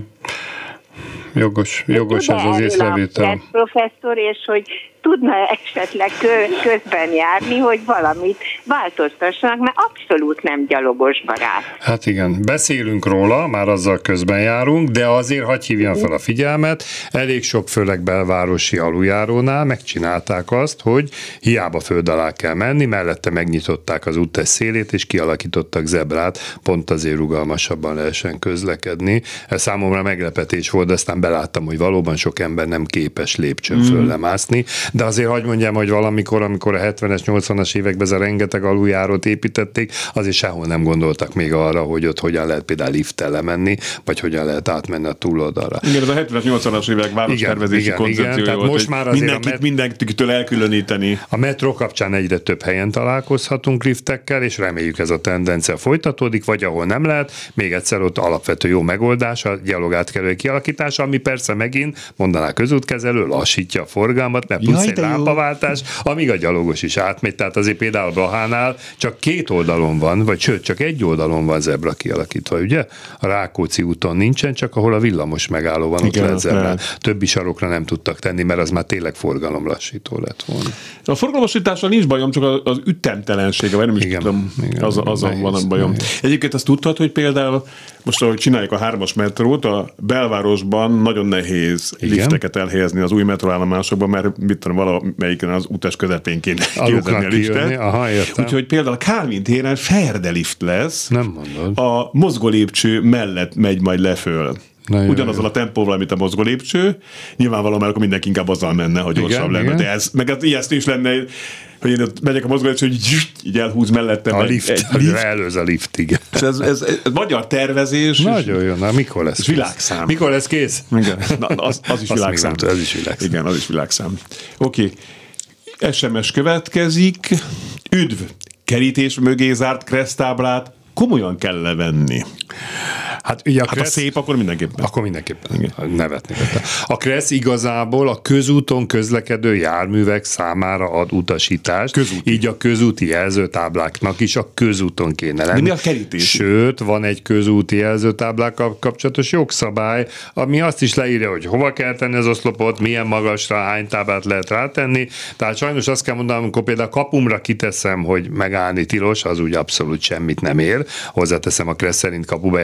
[SPEAKER 3] Jogos, jogos ez az észrevétel.
[SPEAKER 6] Professzor, és hogy tudna esetleg közben járni, hogy valamit változtassanak, mert abszolút nem gyalogos barát.
[SPEAKER 3] Hát igen, beszélünk róla, már azzal közben járunk, de azért hadd hívjam fel a figyelmet, elég sok, főleg belvárosi aluljárónál megcsinálták azt, hogy hiába föld alá kell menni, mellette megnyitották az úttest szélét, és kialakítottak zebrát, pont azért rugalmasabban lehessen közlekedni. Ez számomra meglepetés volt, de aztán beláttam, hogy valóban sok ember nem képes lépcsőn mm. föl lemászni, de azért hadd mondjam, hogy valamikor, amikor a hetvenes, nyolcvanas években ez a rengeteg aluljárót építették, azért sehol nem gondoltak még arra, hogy ott hogyan lehet például lifttel lemenni, vagy hogyan lehet átmenni a túloldalra.
[SPEAKER 2] Igen, ez a hetvenes, nyolcvanas évek várostervezési koncepciója volt, most már azért mindenkit, met... mindenkitől elkülöníteni.
[SPEAKER 3] A metró kapcsán egyre több helyen találkozhatunk liftekkel, és reméljük ez a tendencia folytatódik, vagy ahol nem lehet, még egyszer ott alapvető jó megoldás a gyalogátkelő kialakítása, ami persze megint, mondaná közútkezelő, lassítja a forgalmat, mert plusz egy lámpaváltás, amíg a gyalogos is átmegy. Tehát azért például Blahánál csak két oldalon van, vagy sőt, csak egy oldalon van zebra kialakítva, ugye? A Rákóczi úton nincsen, csak ahol a villamos megálló van, ott lehet zebra. Többi sarokra nem tudtak tenni, mert az már tényleg forgalomlassító lett volna.
[SPEAKER 2] A forgalomlassítással nincs bajom, csak az ütemtelensége, vagy nem is igen, tudom, igen, az, azon van a bajom. Nehéz. Egyébként azt tudtad, hogy például most, ahogy csináljuk a hármas metrót, a belvárosban nagyon nehéz igen? lifteket elhelyezni az új metróállomásokban, mert mit tudom, valamelyiken az utas közepén kéne kivezetni a liftet.
[SPEAKER 3] Aha,
[SPEAKER 2] úgyhogy például a Kálvin téren ferde lift lesz.
[SPEAKER 3] Nem mondod.
[SPEAKER 2] A mozgólépcső mellett megy majd le föl. Ugyanazzal a tempóval, mint a mozgó lépcső. Nyilvánvalóan már akkor mindenki inkább azzal menne, hogy gyorsabb igen, lenne. Igen. De ez, meg az ijesztő is lenne, hogy én ott megyek a mozgó lépcső, hogy így elhúz mellettem.
[SPEAKER 3] A lift, egy lift. Előz a lift, igen.
[SPEAKER 2] Ez, ez, ez, ez magyar tervezés.
[SPEAKER 3] Nagyon jó, na mikor lesz?
[SPEAKER 2] Ez világszám.
[SPEAKER 3] Mikor lesz kész?
[SPEAKER 2] Igen. Na, az, az is világszám.
[SPEAKER 3] Ez is világszám.
[SPEAKER 2] Igen, az is világszám. Oké. Okay. es em es következik. Üdv! Kerítés mögé zárt kereszttáblát komolyan kell levenni.
[SPEAKER 3] Hát, ugye a,
[SPEAKER 2] hát
[SPEAKER 3] Kressz,
[SPEAKER 2] a szép, akkor mindenképpen.
[SPEAKER 3] Akkor mindenképpen. Igen. Nevetni. A Kressz igazából a közúton közlekedő járművek számára ad utasítást, közúti. Így a közúti jelzőtábláknak is a közúton kéne lenni.
[SPEAKER 2] De mi a kerítés?
[SPEAKER 3] Sőt, van egy közúti jelzőtáblákkal kapcsolatos jogszabály, ami azt is leírja, hogy hova kell tenni az oszlopot, milyen magasra, hány táblát lehet rátenni. Tehát sajnos azt kell mondanom, amikor például kapumra kiteszem, hogy megállni tilos, az úgy abszolút semmit nem ér. Hozzáteszem, a Kressz szerint kapubejáról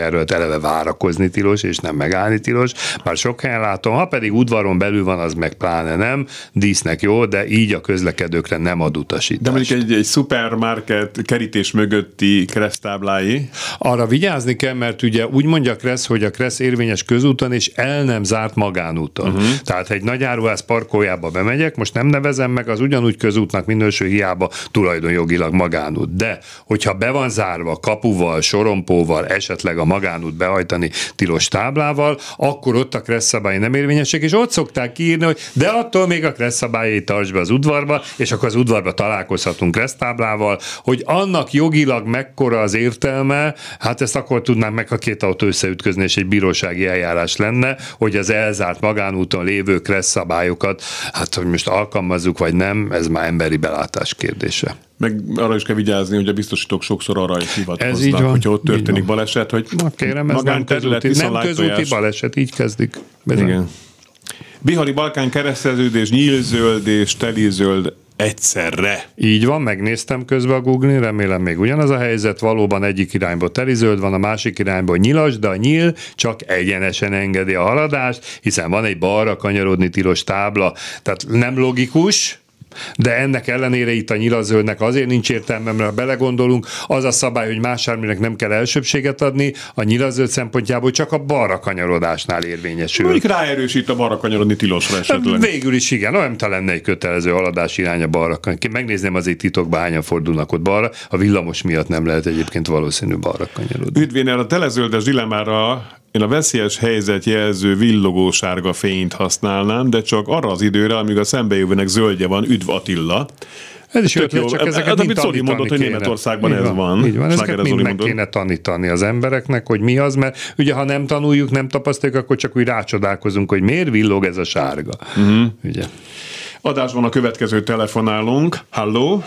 [SPEAKER 3] eleve várakozni tilos, és nem megállni tilos. Már sok helyen látom, ha pedig udvaron belül van, az meg pláne nem. Dísznek jó, de így a közlekedőkre nem ad utasítást.
[SPEAKER 2] De mondjuk egy, egy szupermarket kerítés mögötti kereszttáblái.
[SPEAKER 3] Arra vigyázni kell, mert ugye úgy mondja Kressz, hogy a Kressz érvényes közúton és el nem zárt magánúton. Uh-huh. Tehát egy nagy áruház parkoljába bemegyek, most nem nevezem meg, az ugyanúgy közútnak minősül, hiába tulajdonjogilag magánút. De hogyha be van zárva kapuval, sorompóval, esetleg a magánút behajtani tilos táblával, akkor ott a Kressz szabály nem érvényesek, és ott szokták kiírni, hogy de attól még a Kressz szabályait tarts be az udvarba, és akkor az udvarba találkozhatunk Kressz táblával, hogy annak jogilag mekkora az értelme, hát ezt akkor tudnánk meg, ha két autó összeütközni, és egy bírósági eljárás lenne, hogy az elzárt magánúton lévő Kressz szabályokat, hát hogy most alkalmazzuk vagy nem, ez már emberi belátás kérdése.
[SPEAKER 2] Meg arra is kell vigyázni, hogy a biztosítók sokszor arra is hivatkoznak, hogyha ott történik baleset, hogy
[SPEAKER 3] na, kérem, ez nem közúti, nem közúti baleset, így kezdik. Bizony. Igen.
[SPEAKER 2] Bihari Balkán kereszteződés, nyílzöld és telizöld egyszerre.
[SPEAKER 3] Így van, megnéztem közben a Google-n, remélem még ugyanaz a helyzet, valóban egyik irányból telizöld van, a másik irányból nyilas, de a nyíl csak egyenesen engedi a haladást, hiszen van egy balra kanyarodni tilos tábla, tehát nem logikus, de ennek ellenére itt a nyilazöldnek azért nincs értelme, mert ha belegondolunk, az a szabály, hogy más járműnek nem kell elsőbséget adni, a nyilazöld szempontjából csak a balra kanyarodásnál érvényesül.
[SPEAKER 2] Mondjuk ráerősít a balra kanyarodni tilosra esetleg.
[SPEAKER 3] Végül is igen, olyan talán lenne egy kötelező haladás irány a balra. Megnézném azért titokban hányan fordulnak ott balra, a villamos miatt nem lehet egyébként valószínű balra kanyarodni.
[SPEAKER 2] Üdvénél a telezöldes dilemmára én a veszélyes helyzet jelző villogó sárga fényt használnám, de csak arra az időre, amíg a szembejövőnek zöldje van, üdv Attila.
[SPEAKER 3] Ez is ötlet, csak ezeket
[SPEAKER 2] mind tanítani kéne. Mondott, hogy Németországban ez van.
[SPEAKER 3] Így van, ezeket mind meg kéne tanítani az embereknek, hogy mi az, mert ugye ha nem tanuljuk, nem tapasztaljuk, akkor csak úgy rácsodálkozunk, hogy miért villog ez a sárga. Uh-huh. Ugye.
[SPEAKER 2] Adásban a következő telefonálunk. Halló?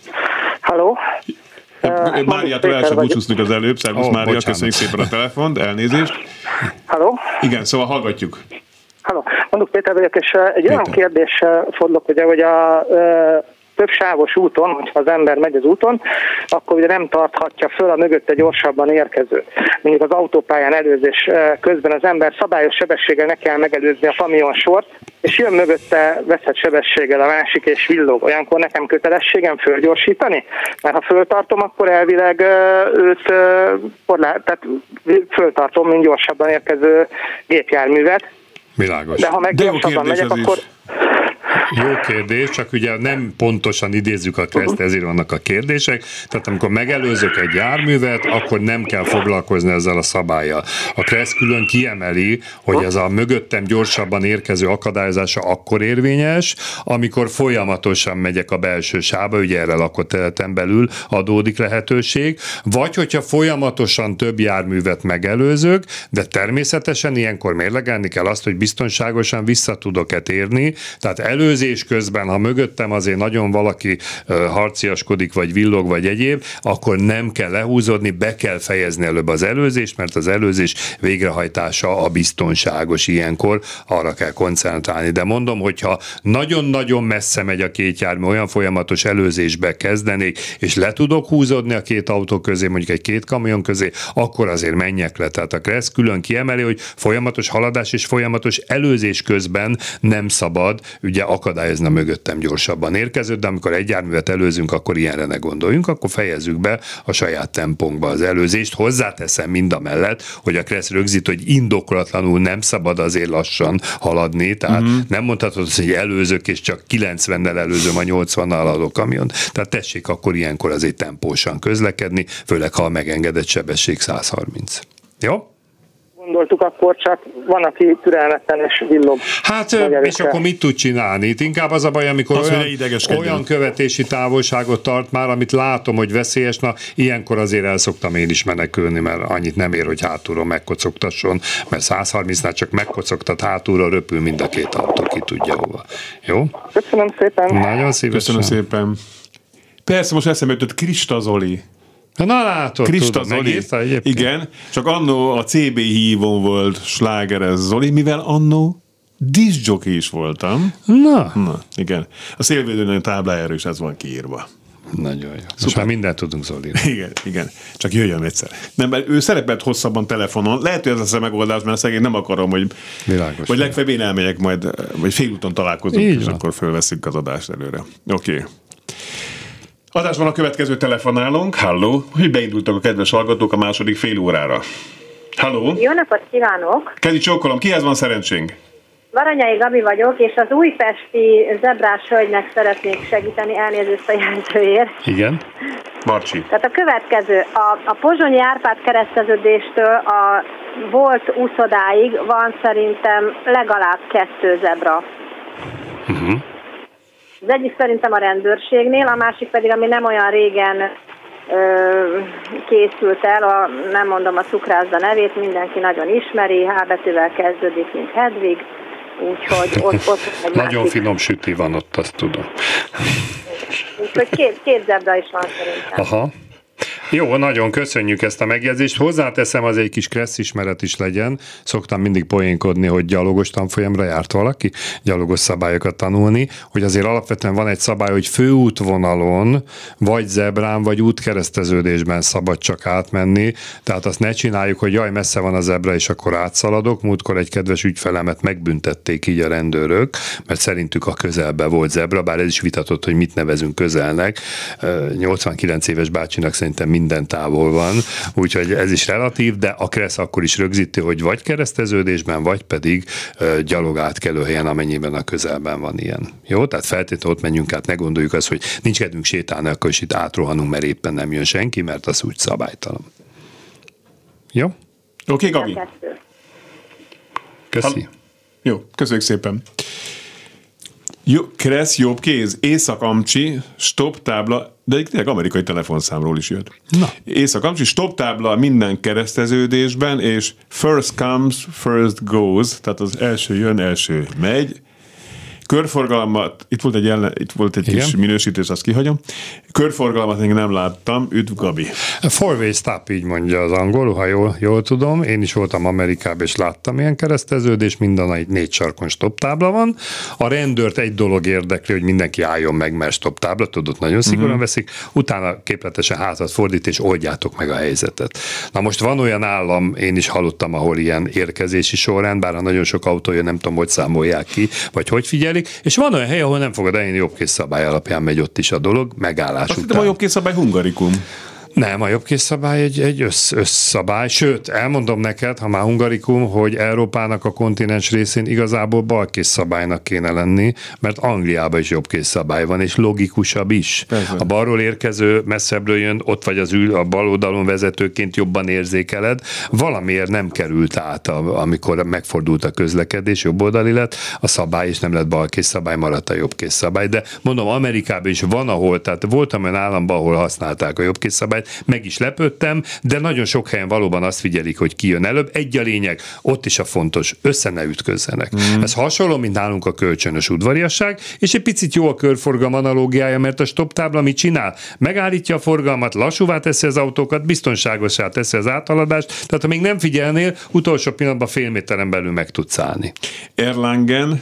[SPEAKER 7] Halló?
[SPEAKER 2] Uh, Máriától el sem búcsúztunk az előbb. Szervusz oh, Mária, köszönjük szépen a telefont, elnézést.
[SPEAKER 7] Halló?
[SPEAKER 2] Igen, szóval hallgatjuk.
[SPEAKER 7] Halló, mondjuk Péter vagyok, és egy Péter. olyan kérdéssel fordulok, ugye, hogy a uh, több sávos úton, hogyha az ember megy az úton, akkor ugye nem tarthatja föl a mögötte gyorsabban érkező. Mondjuk az autópályán előzés közben az ember szabályos sebességgel ne kell megelőzni a kamionsort, és jön mögötte veszett sebességgel a másik, és villog. Olyankor nekem kötelességem fölgyorsítani? Mert ha föltartom, akkor elvileg őt tehát föltartom, mint gyorsabban érkező gépjárművet.
[SPEAKER 3] Világos.
[SPEAKER 7] De ha meg gyorsabban megyek, akkor...
[SPEAKER 3] Is. Jó kérdés, csak ugye nem pontosan idézzük a Kreszt, ezért vannak a kérdések. Tehát amikor megelőzök egy járművet, akkor nem kell foglalkozni ezzel a szabállyal. A Kreszt külön kiemeli, hogy ez a mögöttem gyorsabban érkező akadályozása akkor érvényes, amikor folyamatosan megyek a belső sávba, ugye erre lakott területen belül adódik lehetőség, vagy hogyha folyamatosan több járművet megelőzök, de természetesen ilyenkor mérlegelni kell azt, hogy biztonságosan vissza tudok-e térni, tehát előzés közben, ha mögöttem azért nagyon valaki uh, harciaskodik, vagy villog, vagy egyéb, akkor nem kell lehúzódni, be kell fejezni előbb az előzést, mert az előzés végrehajtása a biztonságos ilyenkor, arra kell koncentrálni. De mondom, hogyha nagyon-nagyon messze megy a két jármű, olyan folyamatos előzésbe kezdenék, és le tudok húzódni a két autó közé, mondjuk egy két kamion közé, akkor azért menjek le. Tehát a Kressz külön kiemeli, hogy folyamatos haladás és folyamatos előzés közben nem szabad ugye akadályozni a mögöttem gyorsabban érkezőt, de amikor egy járművet előzünk, akkor ilyenre ne gondoljunk, akkor fejezzük be a saját tempónkba az előzést. Hozzáteszem mindamellett, hogy a Kressz rögzít, hogy indokolatlanul nem szabad azért lassan haladni, tehát uh-huh. nem mondhatod, hogy előzök, és csak kilencvennel előzöm a nyolcvannal haladó kamion. Tehát tessék akkor ilyenkor azért tempósan közlekedni, főleg ha a megengedett sebesség száz harminc. Jó?
[SPEAKER 7] Gondoltuk, akkor csak van, aki türelmetlen és villog.
[SPEAKER 3] Hát, és akkor mit tud csinálni? Itt inkább az a baj, amikor az olyan, olyan követési távolságot tart már, amit látom, hogy veszélyes, na ilyenkor azért el szoktam én is menekülni, mert annyit nem ér, hogy hátulról megkocogtasson, mert száz harmincnál csak megkocogtat, hátulról röpül mind a két autó, ki tudja hova. Jó?
[SPEAKER 7] Köszönöm szépen.
[SPEAKER 3] Nagyon szívesen.
[SPEAKER 2] Köszönöm szépen. Persze, most eszembe jutott Krista Zoli.
[SPEAKER 3] Na látod,
[SPEAKER 2] Krista tudom, Zoli, igen, csak annó a cé bé hívón volt slágeres Zoli, mivel annó diszjockey is voltam.
[SPEAKER 3] Na.
[SPEAKER 2] Na, igen. A szélvédőnek táblájára is ez van kiírva.
[SPEAKER 3] Nagyon jó. Most már mindent tudunk, Zoli.
[SPEAKER 2] Igen, igen. Csak jöjjön egyszer. Nem, mert ő szerepelt hosszabban telefonon. Lehet, hogy ez lesz a megoldás, mert szegény nem akarom, hogy, vagy legfeljebb én elmegyek majd, vagy félúton találkozunk, így és van. Akkor fölveszünk az adást előre. Oké. Okay. Adásban a következő telefonálunk. Halló, hogy beindultak a kedves hallgatók a második fél órára. Halló.
[SPEAKER 8] Jó napot kívánok.
[SPEAKER 2] Kezi csókolom, kihez van szerencsénk?
[SPEAKER 8] Varanyai Gabi vagyok, és az újpesti zebrás hölgynek szeretnék segíteni, elnézést a jelzőért.
[SPEAKER 3] Igen.
[SPEAKER 2] Marcsi.
[SPEAKER 8] Tehát a következő, a, a pozsonyi Árpád kereszteződéstől a volt úszodáig van szerintem legalább kettő zebra. Uh-huh. Az egyik szerintem a rendőrségnél, a másik pedig, ami nem olyan régen ö, készült el, a, nem mondom a cukrászda nevét, mindenki nagyon ismeri, H betűvel kezdődik, mint Hedvig, úgyhogy ott, ott egy
[SPEAKER 3] nagyon
[SPEAKER 8] másik.
[SPEAKER 3] finom süti van ott, azt tudom.
[SPEAKER 8] Úgyhogy két, két zebra is van szerintem.
[SPEAKER 3] Aha. Jó, nagyon köszönjük ezt a megjegyzést. Hozzáteszem, az egy kis kressz ismeret is legyen. Szoktam mindig poénkodni, hogy gyalogos tanfolyamra járt valaki, gyalogos szabályokat tanulni, hogy azért alapvetően van egy szabály, hogy főútvonalon, vagy zebrán, vagy útkereszteződésben szabad csak átmenni. Tehát azt ne csináljuk, hogy jaj, messze van a zebra, és akkor átszaladok. Múltkor egy kedves ügyfelemet megbüntették így a rendőrök, mert szerintük a közelben volt zebra, bár ez is vitatott, hogy mit nevezünk közelnek. nyolcvankilenc éves bácsinak szerintem minden távol van, úgyhogy ez is relatív, de a kressz akkor is rögzíti, hogy vagy kereszteződésben, vagy pedig uh, gyalog átkelő helyen, amennyiben a közelben van ilyen. Jó? Tehát feltétlenül ott menjünk át, ne gondoljuk azt, hogy nincs kedvünk sétálni, akkor is itt átrohanunk, mert éppen nem jön senki, mert az úgy szabálytalan. Jó?
[SPEAKER 2] Oké, okay, Gabi.
[SPEAKER 3] Köszi.
[SPEAKER 2] Ha, jó, köszönjük szépen. Jó, kressz, jobb kéz, Észak-Amcsi, stop tábla, de tényleg amerikai telefonszámról is jött. Na. Észak-Amcsi, stop tábla minden kereszteződésben, és first comes, first goes, tehát az első jön, első megy. Körforgalmat, itt volt egy, jelen, itt volt egy kis minősítés, azt kihagyom. Körforgalmat még nem láttam, üdv Gabi.
[SPEAKER 3] Four-way stop, így mondja az angol, ha jól, jól tudom. Én is voltam Amerikában, és láttam ilyen kereszteződés, minden egy négy sarkon stop tábla van. A rendőrt egy dolog érdekli, hogy mindenki álljon meg, mert stop tábla, tudod, nagyon szigorúan uh-huh. veszik. Utána képletesen hátat fordít, és oldjátok meg a helyzetet. Na most van olyan állam, én is hallottam, ahol ilyen érkezési sorrend, bár ha nagyon sok autó jön, nem tudom, hogy számolják ki, vagy hogy figyeli. És van olyan hely, ahol nem fogod eljönni, jobbkész szabály alapján megy ott is a dolog, megállás
[SPEAKER 2] azt
[SPEAKER 3] után.
[SPEAKER 2] A jobbkész szabály hungarikum.
[SPEAKER 3] Nem, a jobbkész szabály egy, egy össz, összszabály, sőt, elmondom neked, ha már hungarikum, hogy Európának a kontinens részén igazából balkész szabálynak kéne lenni, mert Angliában is jobbkész szabály van, és logikusabb is. Persze. A balról érkező, messzebbről jön, ott vagy az ül, a bal oldalon vezetőként jobban érzékeled, valamiért nem került át, amikor megfordult a közlekedés, jobb oldali lett, a szabály, és nem lett balkész szabály, maradt a jobbkész szabály, de mondom, Amerikában is van, ahol, tehát voltam olyan államban, ahol használták a jobbkész szabályt, meg is lepődtem, de nagyon sok helyen valóban azt figyelik, hogy ki jön előbb. Egy a lényeg, ott is a fontos, össze ne ütközzenek. Mm. Ez hasonló, mint nálunk a kölcsönös udvariasság, és egy picit jó a körforgalom analógiája, mert a stop tábla mit csinál? Megállítja a forgalmat, lassúvá teszi az autókat, biztonságosá teszi az áthaladást, tehát ha még nem figyelnél, utolsó pillanatban fél méteren belül meg tudsz állni.
[SPEAKER 2] Erlangen,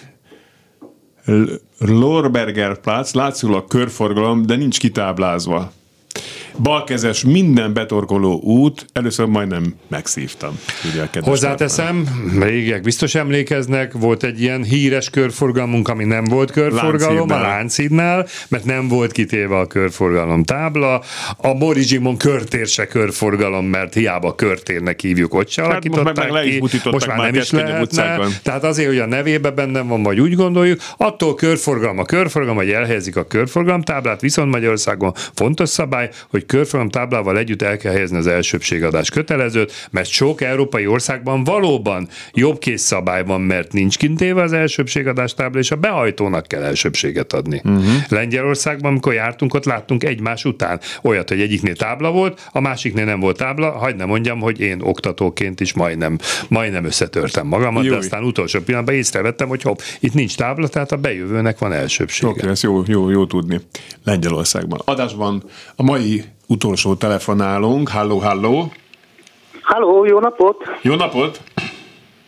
[SPEAKER 2] Lorberger Platz, látszik a körforgalom, de nincs kitáblázva. Balkezes, minden betorkoló út, először majdnem megszívtam. Ugye,
[SPEAKER 3] hozzáteszem, régiek biztos emlékeznek, volt egy ilyen híres körforgalmunk, ami nem volt körforgalom, Lánchídnál. A Lánchídnál, mert nem volt kitéve a körforgalom tábla. A Morizsimon körtér se körforgalom, mert hiába körtérnek hívjuk, ott se alakították
[SPEAKER 2] hát most
[SPEAKER 3] ki.
[SPEAKER 2] Most
[SPEAKER 3] már nem is lehetne. Tehát azért, hogy a nevében bennem van, vagy úgy gondoljuk, attól körforgalom a körforgalom, hogy elhelyezik a körforgalom táblát, viszont Magyarországon fontos szabály, hogy körforgalom táblával együtt el kell helyezni az elsőbségadás kötelezőt, mert sok európai országban valóban jobbkész szabály van, mert nincs kintéve az elsőbségadás tábla, és a behajtónak kell elsőbséget adni. Uh-huh. Lengyelországban, amikor jártunk, ott láttunk egymás után olyat, hogy egyiknél tábla volt, a másiknél nem volt tábla, hagyd ne mondjam, hogy én oktatóként is majdnem, majdnem összetörtem magamat, Júj. De aztán utolsó pillanatban észrevettem, hogy hopp, itt nincs tábla, tehát a bejövőnek van elsőbsége.
[SPEAKER 2] Oké, okay, ez jó, jó, jó tudni. Lengyelországban. Adásban a mai utolsó telefonálunk. Halló, halló!
[SPEAKER 9] Halló, jó napot!
[SPEAKER 2] Jó napot!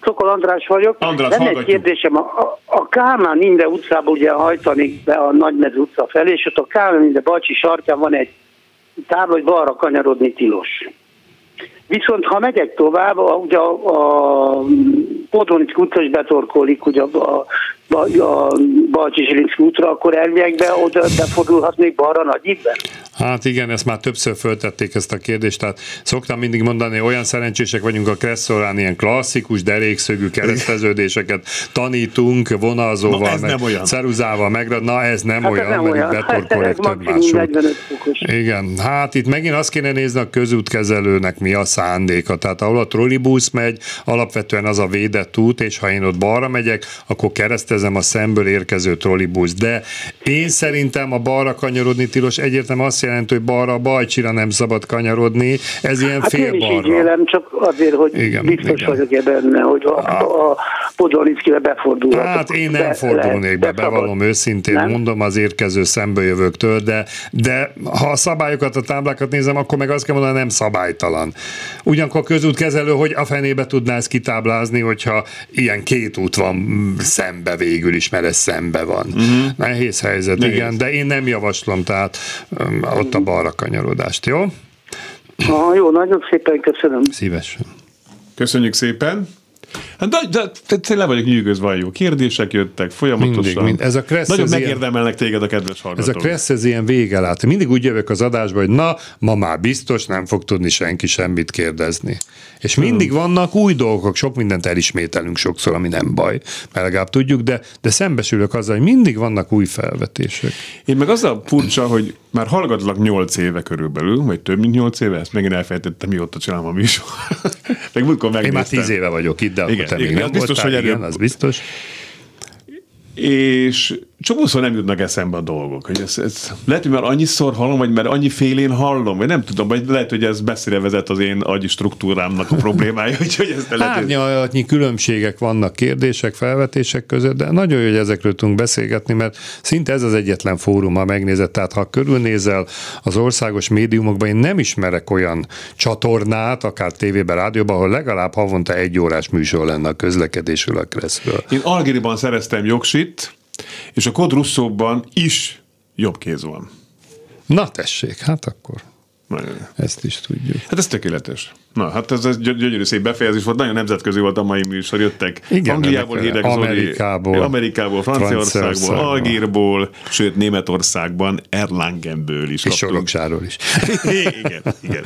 [SPEAKER 9] Szokol András vagyok.
[SPEAKER 2] András,
[SPEAKER 9] lenne
[SPEAKER 2] hallgatjuk.
[SPEAKER 9] egy kérdésem, a, a Kálmán Imre utcába ugye hajtani be a Nagymező utca felé, és ott a Kálmán Imre Bacsi sarkán van egy tábla, hogy balra kanyarodni tilos. Viszont ha megyek tovább, ugye a, a Podonick utca is betorkolik ugye a, a, a Balcsi-Zsilinszky útra, akkor elviekbe oda befordulhatnék balra Nagyibben?
[SPEAKER 3] Hát igen, ezt már többször föltették ezt a kérdést, tehát szoktam mindig mondani, olyan szerencsések vagyunk a Kresszorán, ilyen klasszikus derékszögű kereszteződéseket tanítunk vonalzóval, meg ceruzával, meg na ez nem hát olyan, nem mert betorkolik több másod. Igen, hát itt megint azt kéne nézni a közútkezelőnek mi a szándéka, tehát ahol a trollibusz megy, alapvetően az a védett út, és ha én ott balra megyek, akkor keresztezem a szemből érkező trollibusz, de én szerintem a balra kanyarodni tilos egyértelműen azt jelenti, hogy balra a Bajcsira nem szabad kanyarodni, ez ilyen
[SPEAKER 9] hát
[SPEAKER 3] fél balra. Hát én is így
[SPEAKER 9] élem, csak azért, hogy igen, biztos igen. vagyok benne, hogy a, a, a Podonickire befordulhatok.
[SPEAKER 3] Hát én nem be, fordulnék be, bevallom őszintén, nem? Mondom az érkező szembejövőktől, de, de ha a szabályokat, a táblákat nézem, akkor meg azt kell mondani, nem szabálytalan. Ugyanakkor a közútkezelő, hogy a fenébe tudná ezt kitáblázni, hogyha ilyen két út van szembe végül is, mert ez szembe van. Uh-huh. Nehéz helyzet, Nehéz. igen, de én nem javaslom, tehát um, ott a balra kanyarodást, jó?
[SPEAKER 9] Ah, jó, nagyon szépen köszönöm.
[SPEAKER 3] Szívesen.
[SPEAKER 2] Köszönjük szépen. Hát de, de, de, de le vagyok nyűgözve, jó kérdések jöttek folyamatosan. Mindig, mind. Ez a nagyon ez megérdemelnek ilyen, téged a kedves hallgatók.
[SPEAKER 3] Ez a Kressz, ez ilyen vége lát. Mindig úgy jövök az adásba, hogy na, ma már biztos nem fog tudni senki semmit kérdezni. És mindig hmm. vannak új dolgok, sok mindent elismételünk sokszor, ami nem baj, mert legalább tudjuk, de, de szembesülök azzal, hogy mindig vannak új felvetések.
[SPEAKER 2] Én meg az a furcsa, hogy már hallgatlak nyolc éve körülbelül, vagy több mint nyolc éve, ezt megint elfelejtettem, mióta csinálom a műsor. meg múltkor megnéztem.
[SPEAKER 3] Én már tíz éve vagyok itt, de igen, te igen, még nem biztos, voltál, hogy igen, az biztos.
[SPEAKER 2] És csomószor nem jutnak eszembe a dolgok. Hogy ez, ez, lehet, hogy már annyiszor hallom, vagy mert annyi félén hallom, vagy nem tudom, vagy lehet, hogy ez messzire vezet az én agyi struktúrámnak a problémája. Hogy ezt
[SPEAKER 3] Árnyalatnyi különbségek vannak kérdések, felvetések között, de nagyon jó, hogy ezekről tudunk beszélgetni, mert szinte ez az egyetlen fórum, ha megnézed. Tehát ha körülnézel az országos médiumokban, én nem ismerek olyan csatornát, akár tévében, rádióban, ahol legalább havonta egy órás műsor lenne a közlekedésről, a Kresszről.
[SPEAKER 2] Én Algériban szereztem jogsit, és a Kod Russzóban is jobb kéz van.
[SPEAKER 3] Na tessék, hát akkor nagyon. Ezt is tudjuk.
[SPEAKER 2] Hát ez tökéletes. Na, hát ez, ez gyönyörű szép befejezés volt, nagyon nemzetközi volt a mai műsor, jöttek igen, Angliából, Hideg
[SPEAKER 3] Amerikából,
[SPEAKER 2] Zoli, Amerikából, Franciaországból, Franciaországból, Algírból, sőt Németországban, Erlangenből is.
[SPEAKER 3] És Soroksáról is.
[SPEAKER 2] igen, igen, igen.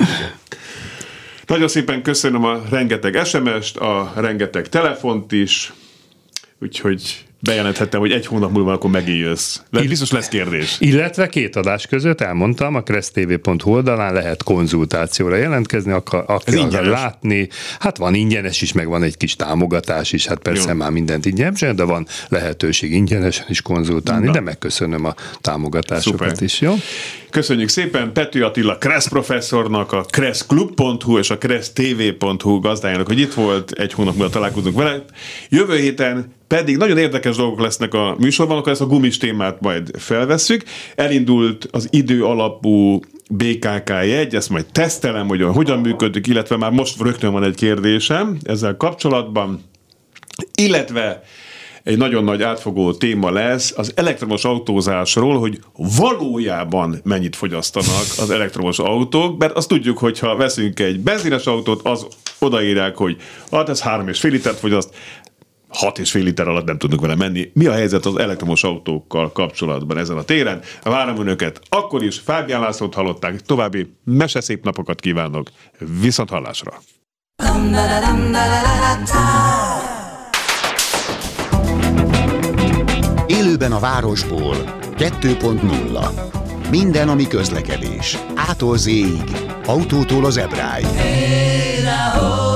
[SPEAKER 2] Nagyon szépen köszönöm a rengeteg es em est, a rengeteg telefont is, úgyhogy bejelenthettem, hogy egy hónap múlva akkor megint jössz. Le, biztos lesz kérdés.
[SPEAKER 3] Illetve két adás között elmondtam, a kressztv pont hu oldalán lehet konzultációra jelentkezni, akar, aki akar látni. Hát van ingyenes is, meg van egy kis támogatás is, hát persze jó. Már mindent ingyenesen, de van lehetőség ingyenesen is konzultálni, na. De megköszönöm a támogatásokat szuper. Is, jó?
[SPEAKER 2] Köszönjük szépen Pető Attila Kressz professzornak, a kresszklub pont hu és a kressztv pont hu gazdájának, hogy itt volt, egy hónap múlva találkozunk vele. Jövő héten pedig nagyon érdekes dolgok lesznek a műsorban, akkor ezt a gumis témát majd felvesszük. Elindult az idő alapú bé ká ká jegy, ezt majd tesztelem, hogy hogyan működik, illetve már most rögtön van egy kérdésem ezzel kapcsolatban, illetve egy nagyon nagy átfogó téma lesz az elektromos autózásról, hogy valójában mennyit fogyasztanak az elektromos autók, mert azt tudjuk, hogy ha veszünk egy benzines autót, az odaírják, hogy hát ez három és fél litert fogyaszt, hat és fél liter alatt nem tudnak vele menni. Mi a helyzet az elektromos autókkal kapcsolatban ezen a téren? Várom önöket. Akkor is Fábián Lászlót hallották. További meseszép napokat kívánok. Viszont hallásra.
[SPEAKER 1] Élőben a városból kettő pont nulla. Minden, ami közlekedés. Ától zéig. Autótól az Ebráig.